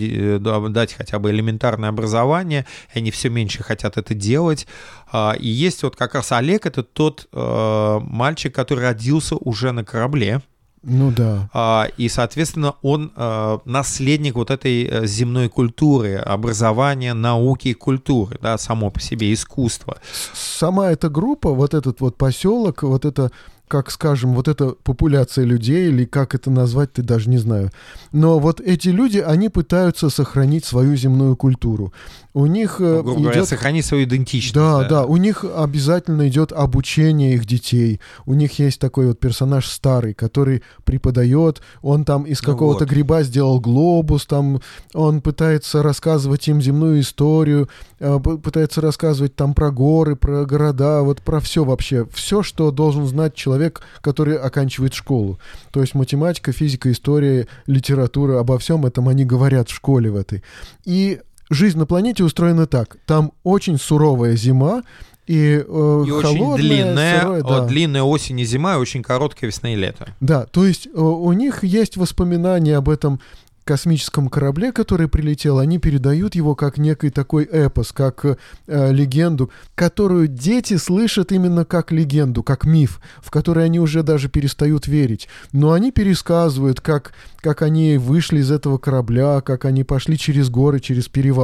дать хотя бы элементарное образование, и они все меньше хотят это делать. И есть вот как раз Олег, это тот мальчик, который родился уже на корабле. Ну да. И, соответственно, он наследник вот этой земной культуры, образования, науки и культуры, да, само по себе искусство. Сама эта группа, вот этот вот поселок, вот это, как скажем, вот эта популяция людей, или как это назвать, ты даже не знаю. Но вот эти люди, они пытаются сохранить свою земную культуру. У них грубо говоря, сохранить свою идентичность. Да, у них обязательно идет обучение их детей. У них есть такой вот персонаж старый, который преподает, он там из какого-то гриба сделал глобус, там он пытается рассказывать им земную историю, пытается рассказывать там про горы, про города, вот про все вообще. Все, что должен знать человек, который оканчивает школу. То есть математика, физика, история, литература, обо всем этом они говорят в школе в этой. И жизнь на планете устроена так. Там очень суровая зима, и очень длинная, сырое, да. Длинная осень и зима, и очень короткая весна и лето. Да, то есть у них есть воспоминания об этом космическом корабле, который прилетел, они передают его как некий такой эпос, как легенду, которую дети слышат именно как легенду, как миф, в который они уже даже перестают верить. Но они пересказывают, как они вышли из этого корабля, как они пошли через горы, через перевал.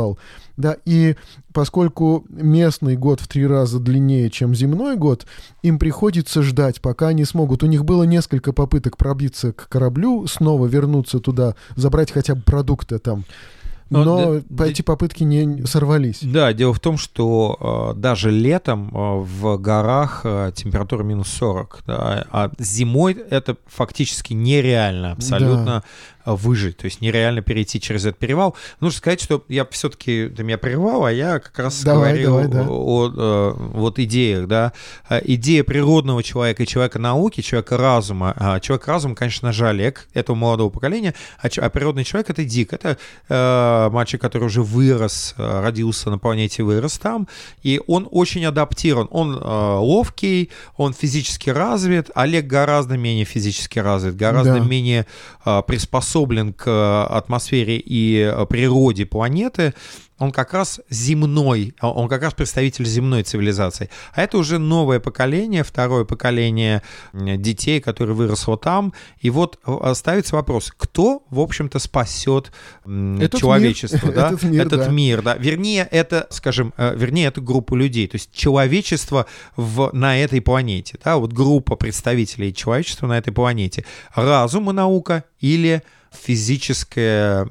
да, и поскольку местный год в 3 раза длиннее, чем земной год, им приходится ждать, пока они смогут. У них было несколько попыток пробиться к кораблю, снова вернуться туда, забрать хотя бы продукты там. Но эти попытки не сорвались. Да, дело в том, что даже летом в горах температура минус 40, да, а зимой это фактически нереально абсолютно выжить, то есть нереально перейти через этот перевал. Нужно сказать, что я все-таки, ты меня прервал, а я как раз говорил о вот идеях, да. Идея природного человека и человека науки, человека разума. Человек разума, конечно же, Олег, этого молодого поколения, а природный человек — это Дик, это мальчик, который уже вырос, родился на планете, вырос там, и он очень адаптирован, он ловкий, он физически развит, Олег гораздо менее физически развит, гораздо менее приспособлен к атмосфере и природе планеты. Он как раз земной, он как раз представитель земной цивилизации. А это уже новое поколение, второе поколение детей, которое выросло там. И вот ставится вопрос, кто, в общем-то, спасет человечество, да? Этот мир, да. Вернее, это, скажем, эту группу людей, то есть человечество на этой планете, да, вот группа представителей человечества на этой планете. Разум и наука или физический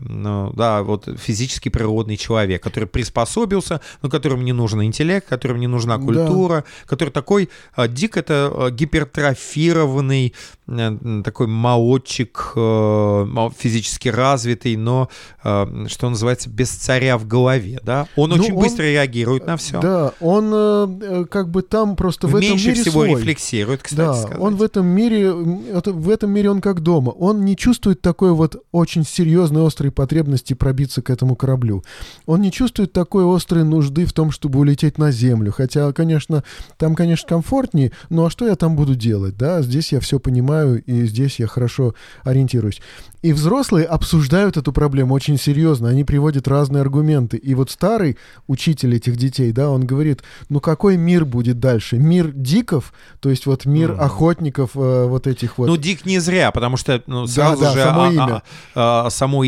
природный человек, который приспособился, но которому не нужен интеллект, которому не нужна культура, который такой Дик — это гипертрофированный такой молодчик, физически развитый, но, что называется, без царя в голове, да? Он очень быстро реагирует на все. Да, он как бы там просто в этом мире меньше всего свой. Рефлексирует, кстати сказать. Он в этом мире он как дома. Он не чувствует такой вот очень серьезной, острой потребности пробиться к этому кораблю. Он не чувствует такой острой нужды в том, чтобы улететь на Землю. Хотя, конечно, там, комфортнее, но а что я там буду делать, да? Здесь я все понимаю, и здесь я хорошо ориентируюсь. И взрослые обсуждают эту проблему очень серьезно, они приводят разные аргументы. И вот старый учитель этих детей, да, он говорит, какой мир будет дальше? Мир диков, то есть вот мир охотников, вот этих вот... Дик не зря, потому что сразу же само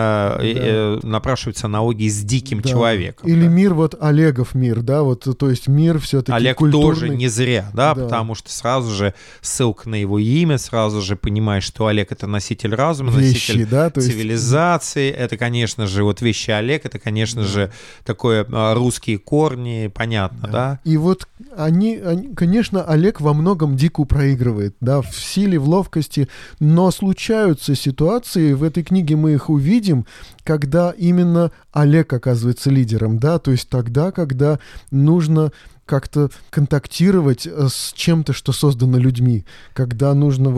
имя напрашивается аналогии с диким человеком. Или мир вот Олегов мир, да, вот, то есть мир все-таки Олег культурный. тоже не зря, да, потому что сразу же ссылка на его имя, сразу же понимаешь, что Олег — это носитель разума, носитель цивилизации. Это, конечно же, вот вещи Олег, это, конечно же, такое русские корни, понятно, да? И вот они, конечно, Олег во многом Дику проигрывает, да, в силе, в ловкости, но случаются ситуации, в этой книге мы их увидим, когда именно Олег оказывается лидером, да, то есть тогда, когда нужно как-то контактировать с чем-то, что создано людьми, когда нужно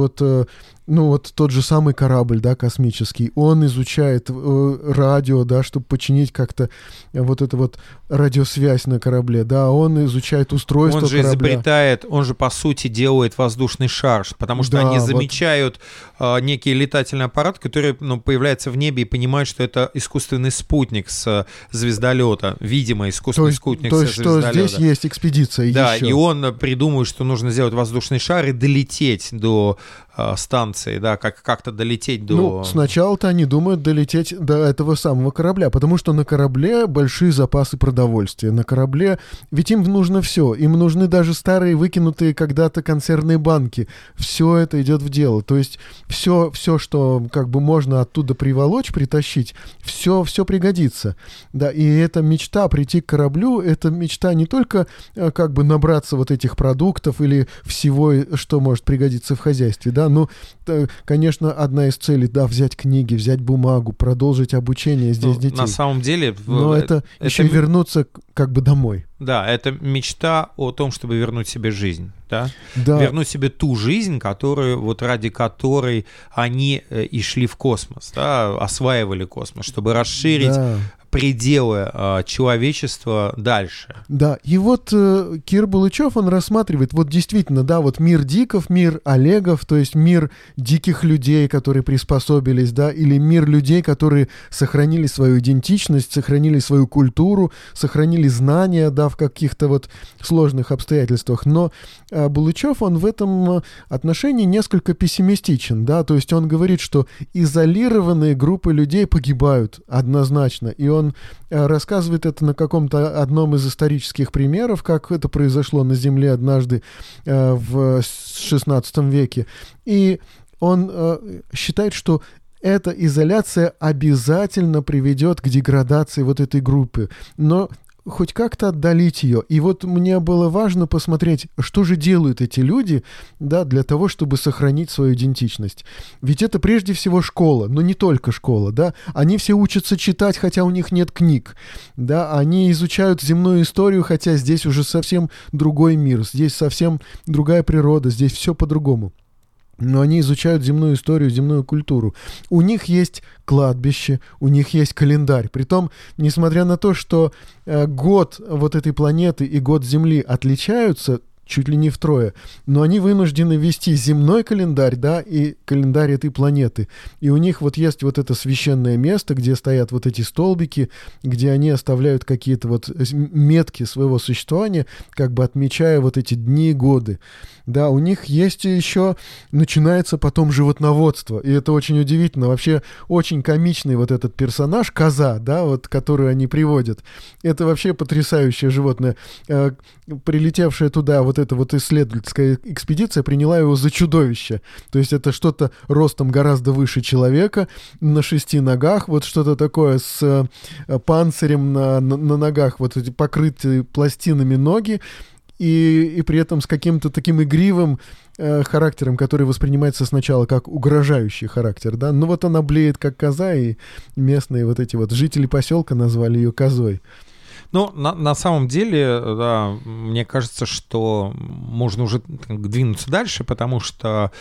вот тот же самый корабль, да, космический, он изучает радио, да, чтобы починить как-то вот эту вот радиосвязь на корабле, да, он изучает устройство корабля. Он же изобретает, он же, по сути, делает воздушный шар, потому что они замечают некий летательный аппарат, который, появляется в небе и понимают, что это искусственный спутник с звездолета, видимо, искусственный спутник со звездолета. То есть, что здесь есть экспедиция. Да, еще. И он придумывает, что нужно сделать воздушный шар и долететь до станции, да, как-то долететь до... Сначала-то они думают долететь до этого самого корабля, потому что на корабле большие запасы продовольствия. На корабле, ведь им нужно все. Им нужны даже старые выкинутые когда-то консервные банки. Все это идет в дело. То есть все, что как бы можно оттуда приволочь, притащить, все пригодится. Да, и эта мечта прийти к кораблю, это мечта не только как бы набраться вот этих продуктов или всего, что может пригодиться в хозяйстве, да, конечно, одна из целей, да, взять книги, взять бумагу, продолжить обучение здесь детей. На самом деле... Но это еще и вернуться как бы домой. Да, это мечта о том, чтобы вернуть себе жизнь, да? Да. Вернуть себе ту жизнь, ради которой они и шли в космос, да, осваивали космос, чтобы расширить пределы человечества дальше. Да, и вот Кир Булычев, он рассматривает, вот действительно, да, вот мир диков, мир Олегов, то есть мир диких людей, которые приспособились, да, или мир людей, которые сохранили свою идентичность, сохранили свою культуру, сохранили знания, да, в каких-то вот сложных обстоятельствах. Но Булычев, он в этом отношении несколько пессимистичен, да, то есть он говорит, что изолированные группы людей погибают однозначно, и он он рассказывает это на каком-то одном из исторических примеров, как это произошло на Земле однажды в XVI веке. И он считает, что эта изоляция обязательно приведет к деградации вот этой группы. Но хоть как-то отдалить ее. И вот мне было важно посмотреть, что же делают эти люди, да, для того, чтобы сохранить свою идентичность. Ведь это прежде всего школа, но не только школа, да. Они все учатся читать, хотя у них нет книг, да. Они изучают земную историю, хотя здесь уже совсем другой мир, здесь совсем другая природа, здесь все по-другому. Но они изучают земную историю, земную культуру. У них есть кладбище, у них есть календарь. Притом, несмотря на то, что год вот этой планеты и год Земли отличаются чуть ли не втрое, но они вынуждены вести земной календарь, да, и календарь этой планеты. И у них вот есть вот это священное место, где стоят вот эти столбики, где они оставляют какие-то вот метки своего существования, как бы отмечая вот эти дни и годы. Да, у них есть еще, начинается потом животноводство, и это очень удивительно. Вообще очень комичный вот этот персонаж, коза, да, вот, которую они приводят. Это вообще потрясающее животное. Прилетевшая туда вот эта вот исследовательская экспедиция приняла его за чудовище. То есть это что-то ростом гораздо выше человека, на 6 ногах, вот что-то такое с панцирем на ногах, вот эти покрытые пластинами ноги, и при этом с каким-то таким игривым характером, который воспринимается сначала как угрожающий характер, да. Ну вот она блеет как коза, и местные вот эти вот жители поселка назвали ее козой. Ну, на самом деле, да, мне кажется, что можно уже двинуться дальше, потому что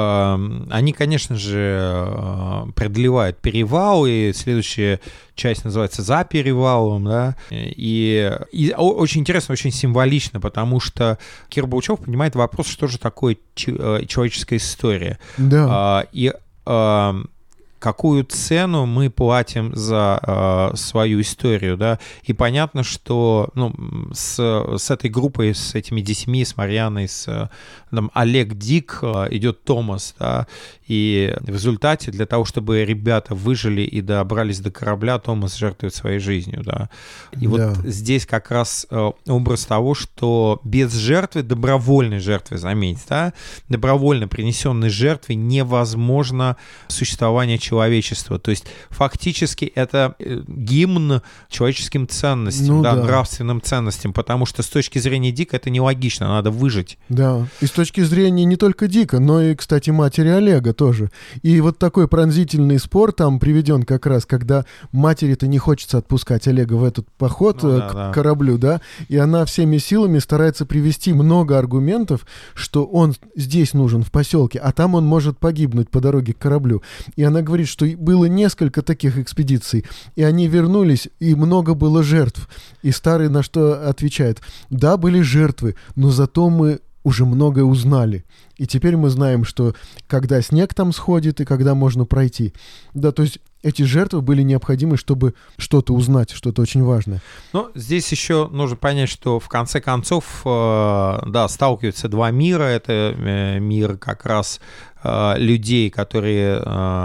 они, конечно же, преодолевают перевал, и следующая часть называется «За перевалом», да, и очень интересно, очень символично, потому что Кир Булчев поднимает вопрос, что же такое человеческая история. Да. Какую цену мы платим за свою историю, да, и понятно, что с этой группой, с этими детьми, с Марьяной, с Олег Дик, идет Томас, да, и в результате для того, чтобы ребята выжили и добрались до корабля, Томас жертвует своей жизнью, да. И вот здесь как раз образ того, что без жертвы, добровольной жертвы, заметьте, да, добровольно принесенной жертвой невозможно существование человечества. То есть фактически это гимн человеческим ценностям, нравственным ценностям, потому что с точки зрения Дика это нелогично, надо выжить. Да, и с точки зрения не только Дика, но и, кстати, матери Олега тоже. И вот такой пронзительный спор там приведен как раз, когда матери-то не хочется отпускать Олега в этот поход к кораблю, да, и она всеми силами старается привести много аргументов, что он здесь нужен, в поселке, а там он может погибнуть по дороге к кораблю. И она говорит, что было несколько таких экспедиций, и они вернулись, и много было жертв. И старый на что отвечает: да, были жертвы, но зато мы уже многое узнали. И теперь мы знаем, что когда снег там сходит и когда можно пройти. Да, то есть эти жертвы были необходимы, чтобы что-то узнать, что-то очень важное. Но здесь еще нужно понять, что в конце концов, сталкиваются два мира. Это мир как раз людей, которые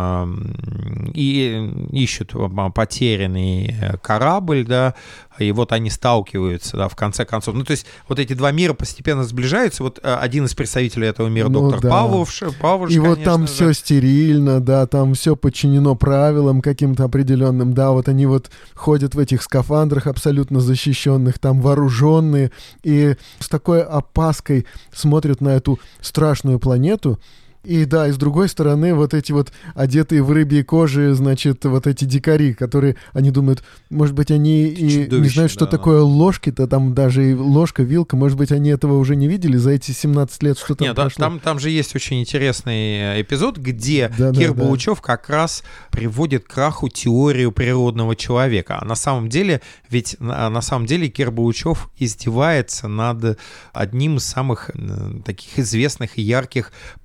ищут потерянный корабль, да, и вот они сталкиваются, да, в конце концов. Ну, то есть вот эти два мира постепенно сближаются. Вот один из представителей этого мира, доктор Павловш, и вот там все стерильно, да, там все подчинено правилам каким-то определенным, да, вот они вот ходят в этих скафандрах абсолютно защищенных, там вооруженные, и с такой опаской смотрят на эту страшную планету. И да, и с другой стороны, вот эти вот одетые в рыбьей коже, значит, вот эти дикари, которые, они думают, может быть, они и не знают, что такое ложки-то, там даже и ложка, вилка, может быть, они этого уже не видели за эти 17 лет, что там прошло. Нет, там же есть очень интересный эпизод, где Кир Булчев как раз приводит к краху теорию природного человека. А на самом деле Кир Булчев издевается над одним из самых таких известных и ярких просветителей.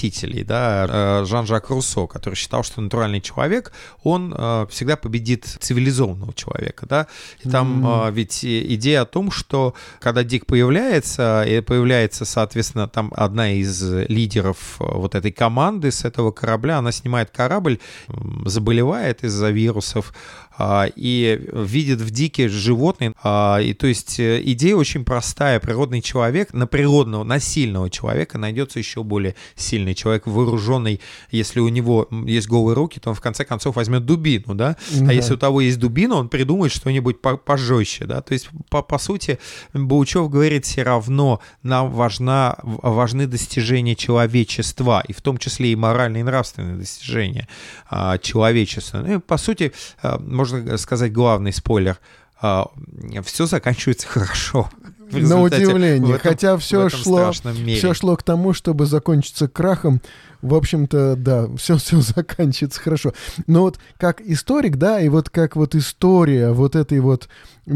мстителей, да, Жан-Жак Руссо, который считал, что натуральный человек, он всегда победит цивилизованного человека, да, и там ведь идея о том, что когда Дик появляется, и появляется, соответственно, там одна из лидеров вот этой команды с этого корабля, она снимает корабль, заболевает из-за вирусов, и видит в Дике животное. И то есть идея очень простая. Природный человек, на природного, на сильного человека найдется еще более сильный человек, вооруженный. Если у него есть голые руки, то он в конце концов возьмет дубину, да? А если у того есть дубина, он придумает что-нибудь пожестче, да? То есть, по сути, Булычев говорит, все равно нам важны достижения человечества, и в том числе и моральные и нравственные достижения человечества. Ну, и, по сути, можно сказать, главный спойлер. Все заканчивается хорошо. На удивление. Хотя все шло к тому, чтобы закончиться крахом. В общем-то, да, все заканчивается хорошо. Но вот как историк, да, и вот как вот история вот этой вот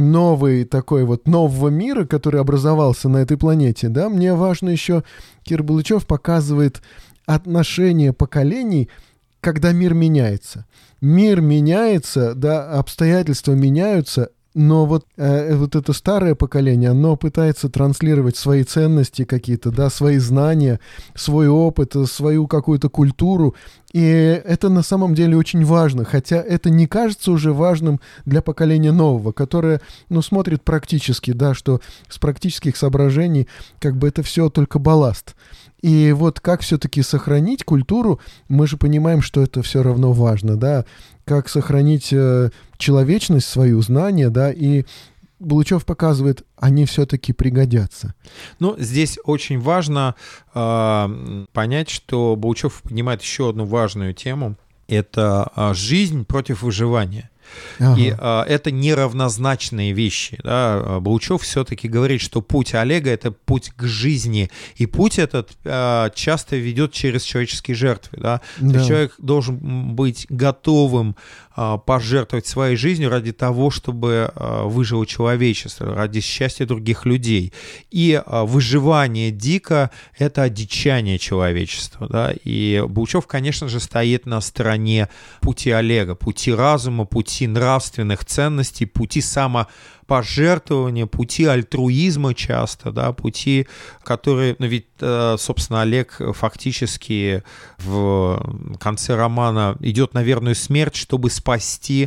нового мира, который образовался на этой планете, да, мне важно еще, Кир Булычев показывает отношение поколений, когда мир меняется. Мир меняется, да, обстоятельства меняются, но вот это старое поколение, оно пытается транслировать свои ценности какие-то, да, свои знания, свой опыт, свою какую-то культуру. И это на самом деле очень важно, хотя это не кажется уже важным для поколения нового, которое, смотрит практически, да, что с практических соображений как бы это все только балласт. И вот как все-таки сохранить культуру, мы же понимаем, что это все равно важно, да, как сохранить человечность, свою, знания, да, и Булычев показывает, они все-таки пригодятся. Ну, здесь очень важно понять, что Булычев поднимает еще одну важную тему. Это жизнь против выживания. Ага. И это неравнозначные вещи. Да? Булычев все-таки говорит, что путь Олега — это путь к жизни. И путь этот часто ведет через человеческие жертвы. Да? Да. То есть человек должен быть готовым пожертвовать своей жизнью ради того, чтобы выжило человечество, ради счастья других людей. И выживание Дика — это одичание человечества. Да? И Булычев, конечно же, стоит на стороне пути Олега, пути разума, пути нравственных ценностей, пути самопожертвования, пути альтруизма часто, да, пути, которые, ведь, собственно, Олег фактически в конце романа идет на верную смерть, чтобы спасти,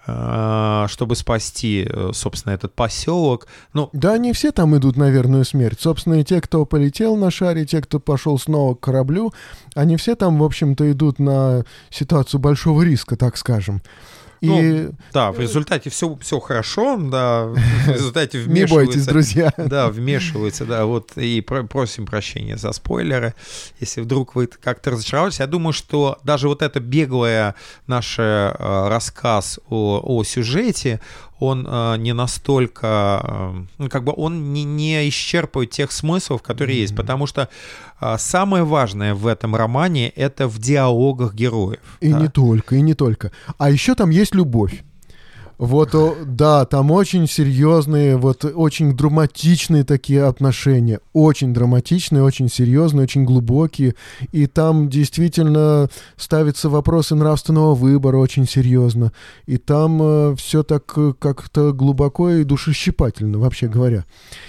собственно, этот поселок. Да, они все там идут на верную смерть. Собственно, и те, кто полетел на шаре, те, кто пошел снова к кораблю, они все там, в общем-то, идут на ситуацию большого риска, так скажем. Да, в результате все хорошо, да, в результате вмешиваются. Не бойтесь, друзья. Да, вмешиваются, да, вот, и просим прощения за спойлеры, если вдруг вы как-то разочаровались. Я думаю, что даже вот это беглое наш рассказ о сюжете, он не настолько, он не исчерпывает тех смыслов, которые есть, потому что самое важное в этом романе — это в диалогах героев. И не только. А еще там есть любовь. Вот, да, там очень серьезные, вот очень драматичные такие отношения, очень драматичные, очень серьезные, очень глубокие, и там действительно ставятся вопросы нравственного выбора очень серьезно, и там все так как-то глубоко и душещипательно, вообще говоря.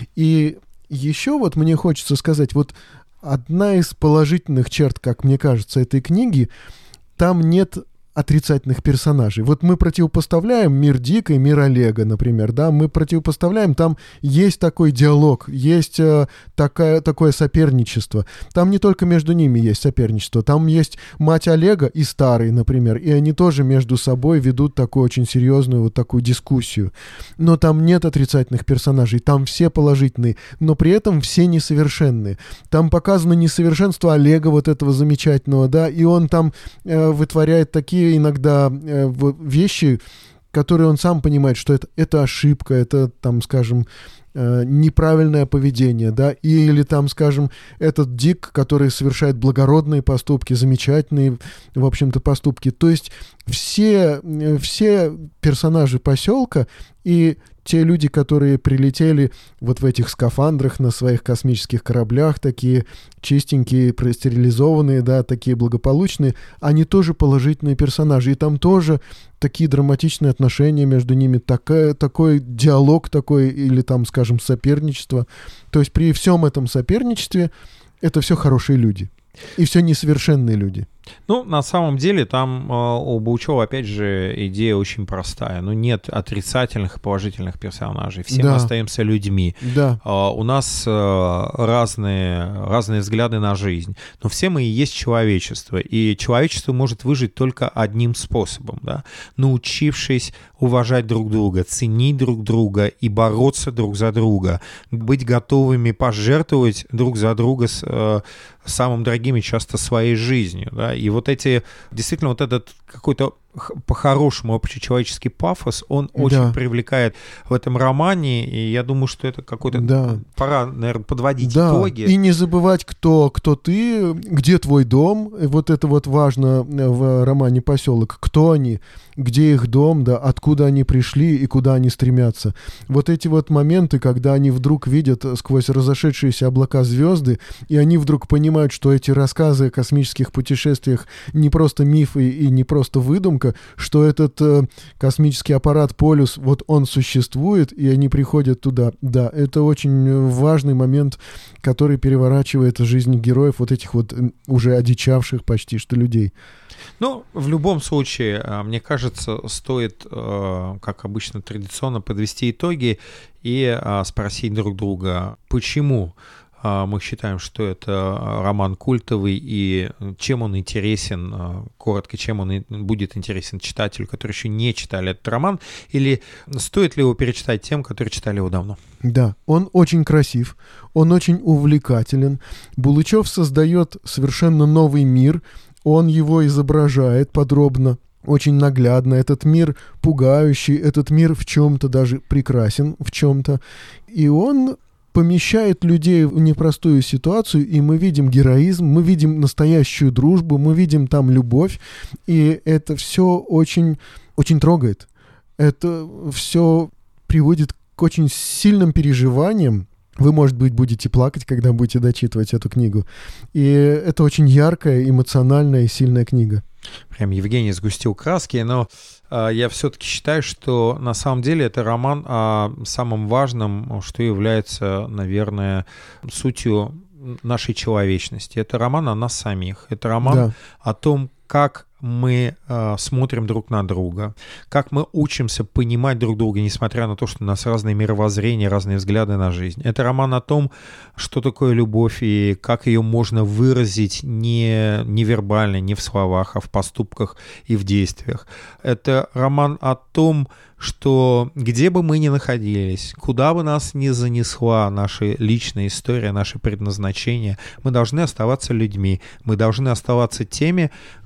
И еще вот мне хочется сказать, вот одна из положительных черт, как мне кажется, этой книги, там нет отрицательных персонажей. Вот мы противопоставляем мир Дика и мир Олега, например, да, мы противопоставляем, там есть такой диалог, есть такое соперничество. Там не только между ними есть соперничество, там есть мать Олега и старый, например, и они тоже между собой ведут такую очень серьезную вот такую дискуссию. Но там нет отрицательных персонажей, там все положительные, но при этом все несовершенные. Там показано несовершенство Олега, вот этого замечательного, да, и он там вытворяет такие иногда вещи, которые он сам понимает, что это ошибка, это, там, скажем, неправильное поведение, да, или там, скажем, этот Дик, который совершает благородные поступки, замечательные, в общем-то, поступки. То есть все персонажи поселка, И те люди, которые прилетели вот в этих скафандрах на своих космических кораблях, такие чистенькие, простерилизованные, да, такие благополучные, они тоже положительные персонажи. И там тоже такие драматичные отношения между ними, такой диалог такой, или там, скажем, соперничество. То есть при всем этом соперничестве это все хорошие люди. И все несовершенные люди. Ну, на самом деле, там у Баучева, опять же, идея очень простая. Ну, нет отрицательных и положительных персонажей. Все мы остаемся людьми. Да. У нас разные взгляды на жизнь. Но все мы и есть человечество. И человечество может выжить только одним способом, да? Научившись уважать друг друга, ценить друг друга и бороться друг за друга. Быть готовыми пожертвовать друг за друга самым дорогим и часто своей жизнью, да? И вот эти, действительно, вот этот какой-то по-хорошему общечеловеческий пафос, он очень привлекает в этом романе, и я думаю, что это какой-то... Пора, наверное, подводить итоги. И не забывать, кто ты, где твой дом, вот это вот важно в романе «Поселок», кто они, где их дом, да, откуда они пришли и куда они стремятся. Вот эти вот моменты, когда они вдруг видят сквозь разошедшиеся облака звезды, и они вдруг понимают, что эти рассказы о космических путешествиях не просто мифы и не просто выдумка, что этот космический аппарат «Полюс», вот он существует, и они приходят туда. Да, это очень важный момент, который переворачивает жизнь героев, вот этих вот уже одичавших почти что людей. Ну, в любом случае, мне кажется, стоит, как обычно традиционно, подвести итоги и спросить друг друга, почему мы считаем, что это роман культовый, и чем он интересен, коротко, чем он будет интересен читателю, который еще не читали этот роман, или стоит ли его перечитать тем, которые читали его давно? Да, он очень красив, он очень увлекателен. Булычев создает совершенно новый мир, он его изображает подробно, очень наглядно. Этот мир пугающий, этот мир в чем-то даже прекрасен, в чем-то. И он помещает людей в непростую ситуацию, и мы видим героизм, мы видим настоящую дружбу, мы видим там любовь, и это все очень, очень трогает. Это все приводит к очень сильным переживаниям. Вы, может быть, будете плакать, когда будете дочитывать эту книгу. И это очень яркая, эмоциональная и сильная книга. Прям Евгений сгустил краски, но я все-таки считаю, что на самом деле это роман о самом важном, что является, наверное, сутью нашей человечности. Это роман о нас самих. Это роман о том, как мы смотрим друг на друга, как мы учимся понимать друг друга, несмотря на то, что у нас разные мировоззрения, разные взгляды на жизнь. Это роман о том, что такое любовь и как ее можно выразить не вербально, не в словах, а в поступках и в действиях. Это роман о том, что где бы мы ни находились, куда бы нас ни занесла наша личная история, наше предназначение, мы должны оставаться людьми, мы должны оставаться теми,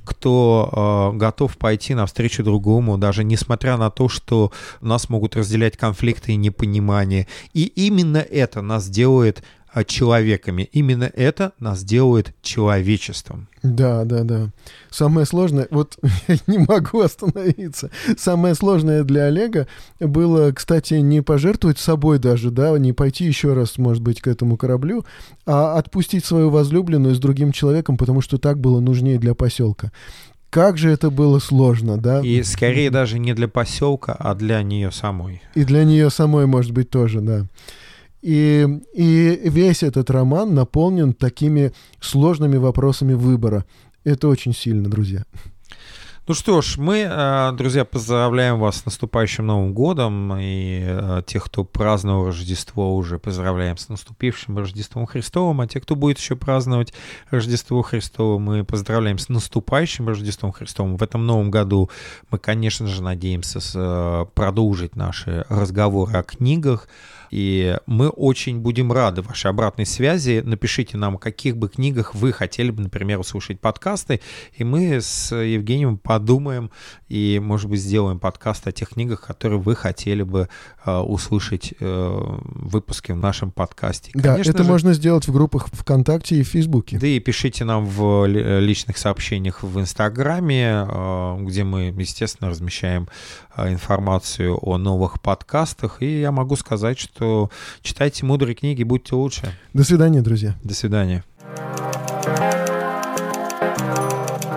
кто готов пойти навстречу другому, даже несмотря на то, что нас могут разделять конфликты и непонимание. И именно это нас делает человеками. Именно это нас делает человечеством. Да. Самое сложное, вот я не могу остановиться. Самое сложное для Олега было, кстати, не пожертвовать собой даже, да, не пойти еще раз, может быть, к этому кораблю, а отпустить свою возлюбленную с другим человеком, потому что так было нужнее для поселка. Как же это было сложно, да? И скорее даже не для поселка, а для нее самой. И для нее самой, может быть, тоже, да. И весь этот роман наполнен такими сложными вопросами выбора. Это очень сильно, друзья. Ну что ж, мы, друзья, поздравляем вас с наступающим Новым годом, и тех, кто праздновал Рождество, уже поздравляем с наступившим Рождеством Христовым, а те, кто будет еще праздновать Рождество Христово, мы поздравляем с наступающим Рождеством Христовым. В этом Новом году мы, конечно же, надеемся продолжить наши разговоры о книгах, и мы очень будем рады вашей обратной связи. Напишите нам, о каких бы книгах вы хотели бы, например, услышать подкасты, и мы с Евгением подумаем и, может быть, сделаем подкаст о тех книгах, которые вы хотели бы услышать в выпуске в нашем подкасте. Да, конечно это можно сделать в группах ВКонтакте и в Фейсбуке. Да и пишите нам в личных сообщениях в Инстаграме, где мы, естественно, размещаем информацию о новых подкастах. И я могу сказать, что читайте мудрые книги, будьте лучше. До свидания, друзья. До свидания.